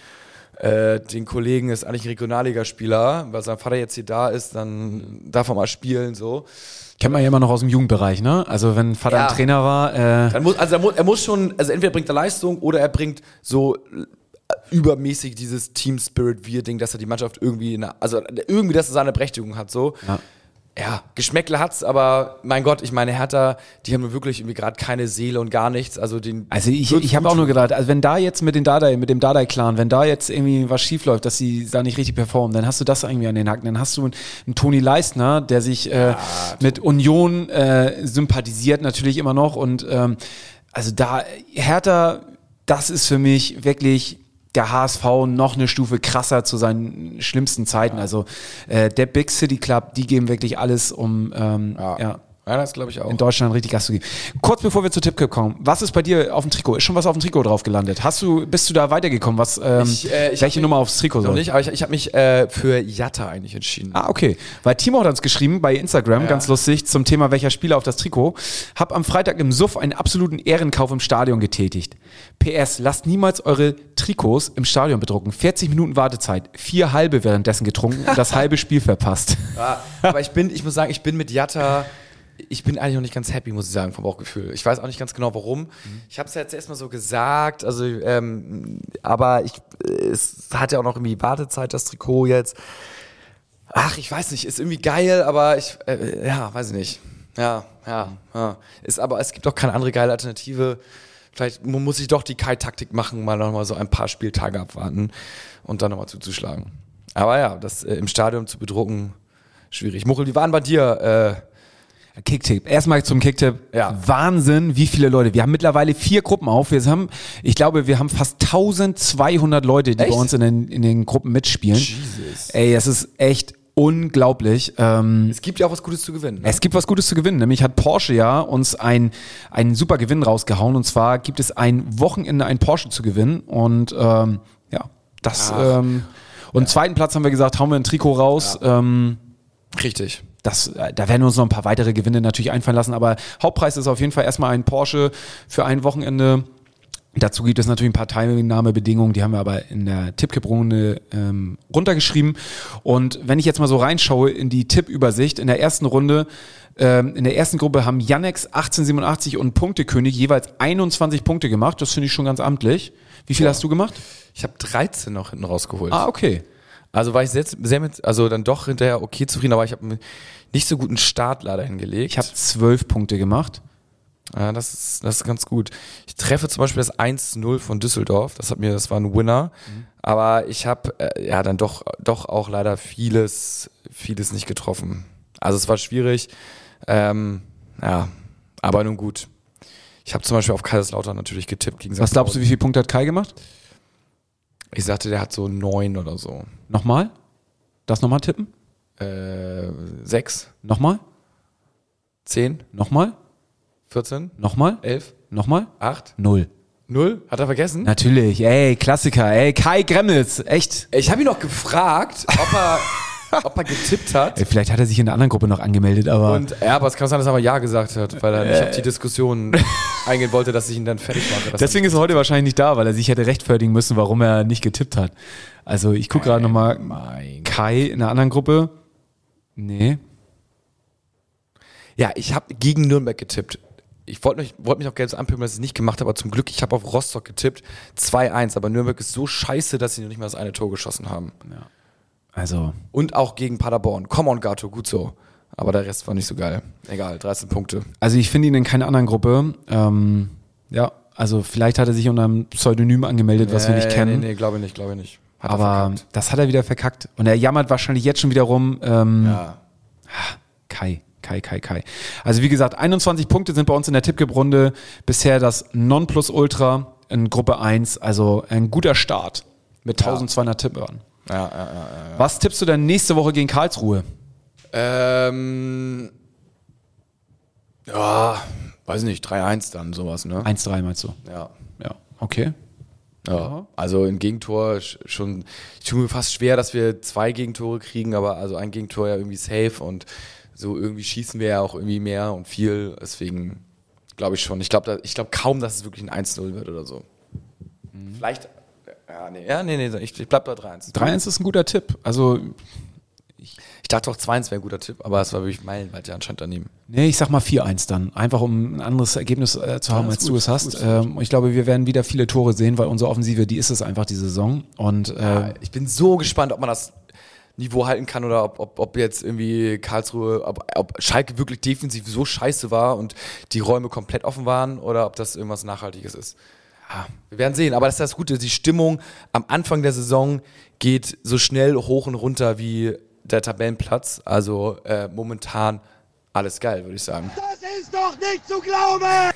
C: den Kollegen ist eigentlich ein Regionalligaspieler, weil sein Vater jetzt hier da ist, dann darf er mal spielen, so.
D: Kennt man ja immer noch aus dem Jugendbereich, ne? Also wenn Vater ein Trainer war.
C: Er muss schon, also entweder bringt er Leistung oder er bringt so übermäßig dieses Team-Spirit-Wir-Ding, dass er die Mannschaft irgendwie, irgendwie, dass er seine Berechtigung hat, so. Ja, Geschmäckle hat's, aber mein Gott, ich meine, Hertha, die haben wirklich irgendwie gerade keine Seele und gar nichts. Also
D: ich habe auch nur gedacht, also wenn da jetzt mit dem Dardai-Clan, wenn da jetzt irgendwie was schief läuft, dass sie da nicht richtig performen, dann hast du das irgendwie an den Hacken. Dann hast du einen Toni Leistner, der sich mit Union sympathisiert natürlich immer noch. Und also da, Hertha, das ist für mich wirklich der HSV noch eine Stufe krasser zu seinen schlimmsten Zeiten. Also der Big City Club, die geben wirklich alles, um
C: Ja, das glaube ich auch.
D: In Deutschland richtig Gas zu geben. Kurz bevor wir zu Tippkipp kommen, was ist bei dir auf dem Trikot? Ist schon was auf dem Trikot drauf gelandet? Bist du da weitergekommen? Welche Nummer aufs Trikot soll?
C: Noch nicht, aber ich habe mich für Jatta eigentlich entschieden.
D: Ah, okay. Weil Timo hat uns geschrieben bei Instagram, ganz lustig, zum Thema welcher Spieler auf das Trikot. Hab am Freitag im Suff einen absoluten Ehrenkauf im Stadion getätigt. PS, lasst niemals eure Trikots im Stadion bedrucken. 40 Minuten Wartezeit, 4 halbe währenddessen getrunken und das halbe Spiel verpasst.
C: Ja, aber ich muss sagen, ich bin mit Jatta... Ich bin eigentlich noch nicht ganz happy, muss ich sagen, vom Bauchgefühl. Ich weiß auch nicht ganz genau, warum. Ich habe es ja jetzt erstmal so gesagt, also, aber es hat ja auch noch irgendwie Wartezeit, das Trikot jetzt. Ach, ich weiß nicht, ist irgendwie geil, aber weiß ich nicht. Ja. Aber es gibt auch keine andere geile Alternative. Vielleicht muss ich doch die Kai-Taktik machen, mal nochmal so ein paar Spieltage abwarten und dann nochmal zuzuschlagen. Aber ja, das im Stadion zu bedrucken, schwierig. Muchel, wie waren bei dir,
D: Kicktipp. Erstmal zum Kicktipp.
C: Ja.
D: Wahnsinn, wie viele Leute. Wir haben mittlerweile 4 Gruppen auf. Ich glaube, wir haben fast 1200 Leute, die bei uns in den Gruppen mitspielen.
C: Jesus.
D: Ey, es ist echt unglaublich.
C: Es gibt ja auch was Gutes zu gewinnen. Ne?
D: Es gibt was Gutes zu gewinnen. Nämlich hat Porsche ja uns einen super Gewinn rausgehauen. Und zwar gibt es ein Wochenende einen Porsche zu gewinnen. Und zweiten Platz haben wir gesagt, hauen wir ein Trikot raus.
C: Ja. Richtig.
D: Da werden wir uns noch ein paar weitere Gewinne natürlich einfallen lassen, aber Hauptpreis ist auf jeden Fall erstmal ein Porsche für ein Wochenende. Dazu gibt es natürlich ein paar Teilnahmebedingungen, die haben wir aber in der Tippkipp-Runde runtergeschrieben. Und wenn ich jetzt mal so reinschaue in die Tippübersicht, in der ersten Runde, in der ersten Gruppe haben Yannex 1887 und Punktekönig jeweils 21 Punkte gemacht. Das finde ich schon ganz amtlich. Wie viel hast du gemacht?
C: Ich habe 13 noch hinten rausgeholt.
D: Ah, okay.
C: Also war ich dann doch hinterher okay zufrieden, aber ich habe einen nicht so guten Start leider hingelegt.
D: Ich habe 12 Punkte gemacht.
C: Ja, das ist ganz gut. Ich treffe zum Beispiel das 1-0 von Düsseldorf. Das war ein Winner. Aber ich habe dann doch auch leider vieles nicht getroffen. Also es war schwierig. Aber nun gut. Ich habe zum Beispiel auf Kaiserslautern natürlich getippt. Gegen
D: Was glaubst du, wie viele Punkte hat Kai gemacht?
C: Ich sagte, der hat so 9 oder so.
D: Nochmal? Das nochmal tippen?
C: 6.
D: Nochmal?
C: 10.
D: Nochmal?
C: 14.
D: Nochmal?
C: 11.
D: Nochmal?
C: 8.
D: 0.
C: 0? Hat er vergessen?
D: Natürlich, Klassiker, Kai Gremmels, echt.
C: Ich habe ihn noch gefragt, ob er getippt hat.
D: Vielleicht hat er sich in der anderen Gruppe noch angemeldet, aber...
C: Aber es kann sein, dass er mal Ja gesagt hat, weil er nicht auf die Diskussion eingehen wollte, dass ich ihn dann fertig mache.
D: Deswegen ist er heute wahrscheinlich nicht da, weil er sich hätte rechtfertigen müssen, warum er nicht getippt hat. Also ich gucke gerade nochmal, Kai in der anderen Gruppe. Nee.
C: Ja, ich habe gegen Nürnberg getippt. Ich wollte mich auch gerne so anpöbeln, dass ich es nicht gemacht habe, aber zum Glück, ich habe auf Rostock getippt. 2-1, aber Nürnberg ist so scheiße, dass sie noch nicht mal das eine Tor geschossen haben.
D: Ja. Also.
C: Und auch gegen Paderborn. Come on, Gato, gut so. Aber der Rest war nicht so geil. Egal, 13 Punkte.
D: Also ich finde ihn in keiner anderen Gruppe. Also vielleicht hat er sich unter einem Pseudonym angemeldet, was wir nicht kennen.
C: Nee, glaube ich nicht.
D: Aber das hat er wieder verkackt. Und er jammert wahrscheinlich jetzt schon wieder rum. Kai. Also wie gesagt, 21 Punkte sind bei uns in der Tippkipp-Runde. Bisher das Nonplusultra in Gruppe 1. Also ein guter Start mit 1200 Tippern.
C: Ja.
D: Was tippst du denn nächste Woche gegen Karlsruhe?
C: Weiß nicht, 3-1 dann, sowas, ne?
D: 1-3 meinst du?
C: Ja.
D: Okay.
C: Ja. Also ein Gegentor schon, ich tue mir fast schwer, dass wir 2 Gegentore kriegen, aber also ein Gegentor ja irgendwie safe und so irgendwie schießen wir ja auch irgendwie mehr und viel, deswegen glaube ich schon. Ich glaube kaum, dass es wirklich ein 1-0 wird oder so. Vielleicht, ich bleib bei 3-1.
D: 3-1 ist ein guter Tipp. Also
C: ich dachte auch 2-1 wäre ein guter Tipp, aber es war wirklich meilenweit ja anscheinend daneben.
D: Nee, ich sag mal 4-1 dann. Einfach um ein anderes Ergebnis zu haben, als du es hast. Ich glaube, wir werden wieder viele Tore sehen, weil unsere Offensive, die ist es einfach, die Saison. Und
C: ich bin so gespannt, ob man das Niveau halten kann oder ob jetzt irgendwie Karlsruhe, ob Schalke wirklich defensiv so scheiße war und die Räume komplett offen waren oder ob das irgendwas Nachhaltiges ist. Ja, wir werden sehen, aber das ist das Gute, die Stimmung am Anfang der Saison geht so schnell hoch und runter wie der Tabellenplatz, also momentan alles geil, würde ich sagen.
E: Das ist doch nicht zu glauben!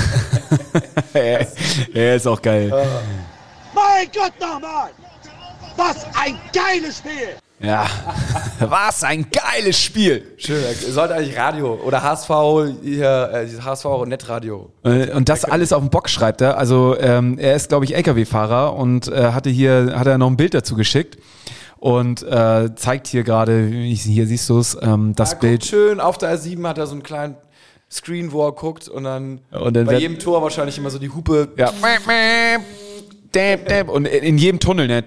D: Er ist auch geil.
E: Mein Gott nochmal! Was ein geiles Spiel!
D: Ja, was ein geiles Spiel.
C: Schön, sollte eigentlich Radio oder HSV, hier, HSV und Netradio.
D: Und das alles auf dem Bock schreibt er. Also er ist, glaube ich, LKW-Fahrer und hat er noch ein Bild dazu geschickt. Und zeigt hier gerade, hier siehst du es, das Bild.
C: Guckt schön, auf der R7 hat er so einen kleinen Screen, wo er guckt und dann bei jedem Tor wahrscheinlich immer so die Hupe.
D: Ja. Und in jedem Tunnel, ne?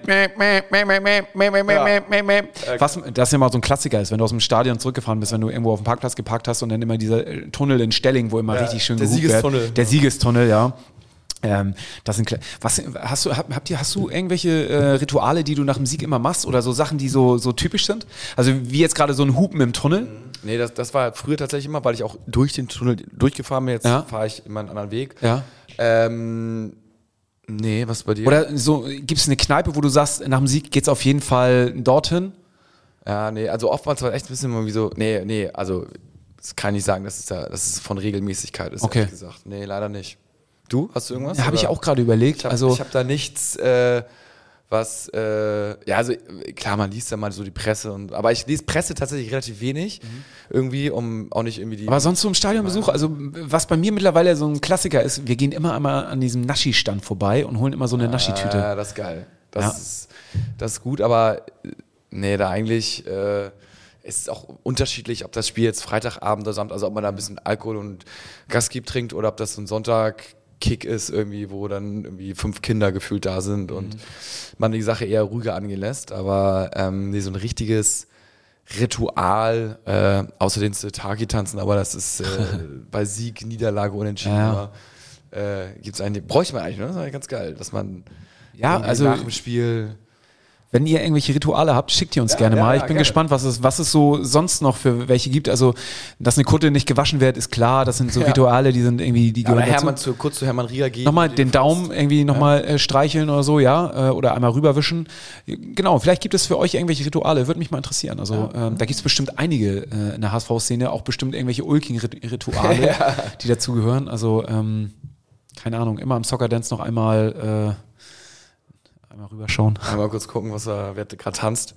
D: Was das ja mal so ein Klassiker ist, wenn du aus dem Stadion zurückgefahren bist, wenn du irgendwo auf dem Parkplatz geparkt hast und dann immer dieser Tunnel in Stelling, wo immer richtig schön gehupt wird. Der Siegestunnel, ja. Das sind hast du irgendwelche Rituale, die du nach dem Sieg immer machst oder so Sachen, die so typisch sind? Also wie jetzt gerade so ein Hupen im Tunnel?
C: Nee, das war früher tatsächlich immer, weil ich auch durch den Tunnel durchgefahren bin. Jetzt fahre ich immer einen anderen Weg.
D: Ja.
C: Nee, was bei dir?
D: Oder so, gibt es eine Kneipe, wo du sagst, nach dem Sieg geht's auf jeden Fall dorthin?
C: Ja, nee, also oftmals war echt ein bisschen irgendwie so, nee, also das kann ich nicht sagen, dass es von Regelmäßigkeit ist, ehrlich gesagt. Nee, leider nicht. Du, hast du irgendwas?
D: Ja, habe ich auch gerade überlegt.
C: Ich habe da nichts, also klar, man liest ja mal so die Presse, aber ich lese Presse tatsächlich relativ wenig, irgendwie, um auch nicht irgendwie die...
D: Aber sonst so im Stadionbesuch, also was bei mir mittlerweile so ein Klassiker ist, wir gehen immer einmal an diesem Naschi-Stand vorbei und holen immer so eine Naschi-Tüte.
C: Ja, das ist geil. Das ist gut, aber nee, da eigentlich... Es ist auch unterschiedlich, ob das Spiel jetzt Freitagabend oder Samstag, also ob man da ein bisschen Alkohol und Gastgieb trinkt oder ob das so ein Sonntag-Kick ist irgendwie, wo dann irgendwie 5 Kinder gefühlt da sind und man die Sache eher ruhiger angehen lässt. Aber so ein richtiges Ritual, außer den Sitaki-Tanzen, aber das ist bei Sieg, Niederlage, Unentschieden. Ja. Gibt's bräuchte man eigentlich, ne? Das ist eigentlich ganz geil, dass man
D: also
C: nach dem Spiel...
D: Wenn ihr irgendwelche Rituale habt, schickt ihr uns gerne mal. Ich bin gespannt, was es so sonst noch für welche gibt. Also, dass eine Kutte nicht gewaschen wird, ist klar. Das sind so Rituale, die sind irgendwie, die gehören dazu.
C: Kurz zu Hermann Rieger gehen.
D: Nochmal den Daumen irgendwie nochmal streicheln oder so, oder einmal rüberwischen. Genau, vielleicht gibt es für euch irgendwelche Rituale. Würde mich mal interessieren. Also, da gibt es bestimmt einige in der HSV-Szene, auch bestimmt irgendwelche ulkigen Rituale, die dazugehören. Also, keine Ahnung, immer am Soccer Dance noch einmal rüberschauen.
C: Einmal kurz gucken, wer gerade tanzt.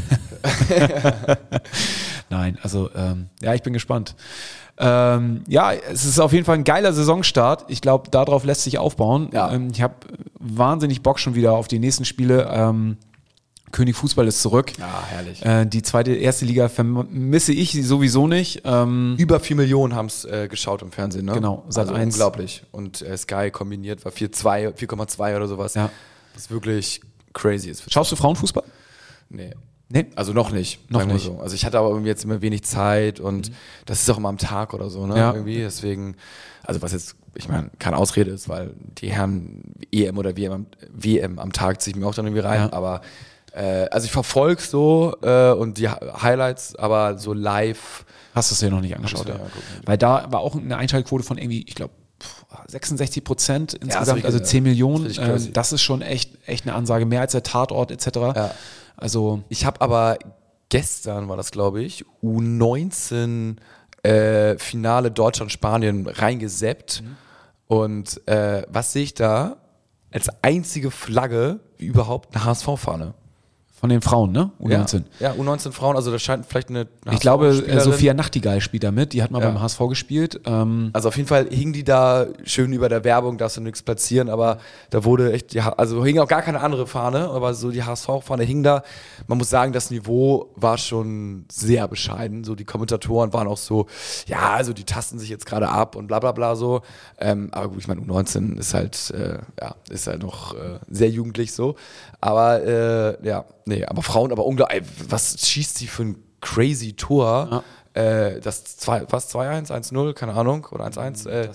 D: Nein, also ich bin gespannt. Es ist auf jeden Fall ein geiler Saisonstart. Ich glaube, darauf lässt sich aufbauen. Ja. Ich habe wahnsinnig Bock schon wieder auf die nächsten Spiele. König Fußball ist zurück.
C: Ja, herrlich.
D: Die erste Liga vermisse ich sowieso nicht.
C: Über 4 Millionen haben es geschaut im Fernsehen, ne?
D: Genau,
C: also unglaublich. Und Sky kombiniert war 4,2 oder sowas.
D: Ja.
C: Was wirklich crazy ist.
D: Schaust du Frauenfußball?
C: Nee. Also noch nicht.
D: Noch nicht.
C: So. Also ich hatte aber irgendwie jetzt immer wenig Zeit und das ist auch immer am Tag oder so, ne?
D: Ja.
C: Irgendwie. Deswegen, also was jetzt, ich meine, keine Ausrede ist, weil die Herren EM oder WM am Tag ziehe ich mir auch dann irgendwie rein. Ja. Aber also ich verfolge so und die Highlights, aber so live.
D: Hast du es dir noch nicht angeschaut? Ja. Weil da war auch eine Einschaltquote von irgendwie, ich glaube, 66% insgesamt, also 10 Millionen. Das ist schon echt eine Ansage, mehr als der Tatort etc.
C: Ja.
D: Also
C: ich habe aber gestern, war das glaube ich, U19 Finale Deutschland-Spanien reingesappt. Und was sehe ich da? Als einzige Flagge überhaupt eine HSV-Fahne.
D: Von den Frauen, ne? U19.
C: Ja, U19 Frauen, also das scheint vielleicht eine
D: ich glaube, Sophia Nachtigall spielt da mit, die hat mal beim HSV gespielt.
C: Also auf jeden Fall hing die da schön über der Werbung, darfst du nichts platzieren, aber da wurde echt, also hing auch gar keine andere Fahne, aber so die HSV-Fahne hing da. Man muss sagen, das Niveau war schon sehr bescheiden, so die Kommentatoren waren auch so, ja, also die tasten sich jetzt gerade ab und bla bla bla so, aber gut, ich meine, U19 ist halt, ist halt noch sehr jugendlich so, aber aber Frauen, aber unglaublich, was schießt sie für ein crazy Tor? Ja. Das 2-1, 1-0, keine Ahnung, oder 1-1.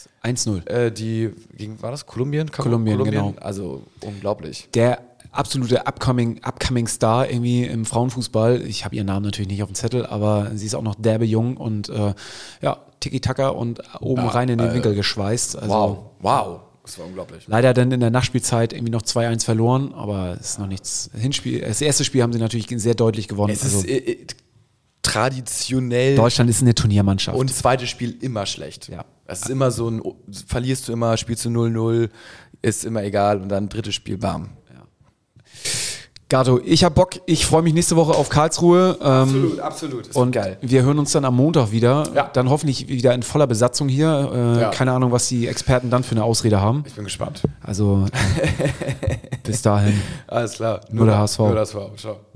D: 1-0.
C: War das Kolumbien?
D: Kolumbien, genau.
C: Also unglaublich.
D: Der absolute upcoming Star irgendwie im Frauenfußball. Ich habe ihren Namen natürlich nicht auf dem Zettel, aber sie ist auch noch derbe jung und Tiki-Taka und oben rein in den Winkel geschweißt. Also,
C: wow. Das war unglaublich.
D: Leider dann in der Nachspielzeit irgendwie noch 2-1 verloren, aber es ist noch nichts. Das erste Spiel haben sie natürlich sehr deutlich gewonnen.
C: Es ist traditionell.
D: Deutschland ist eine Turniermannschaft.
C: Und zweites Spiel immer schlecht.
D: Ja.
C: Es ist immer so verlierst du immer, spielst du 0-0, ist immer egal und dann drittes Spiel, bam.
D: Gato, ich hab Bock, ich freue mich nächste Woche auf Karlsruhe.
C: Absolut.
D: Ist und geil. Wir hören uns dann am Montag wieder. Ja. Dann hoffentlich wieder in voller Besatzung hier. Keine Ahnung, was die Experten dann für eine Ausrede haben.
C: Ich bin gespannt.
D: Also bis dahin.
C: Alles klar.
D: Nur der HSV.
C: Nur der HSV. Ciao.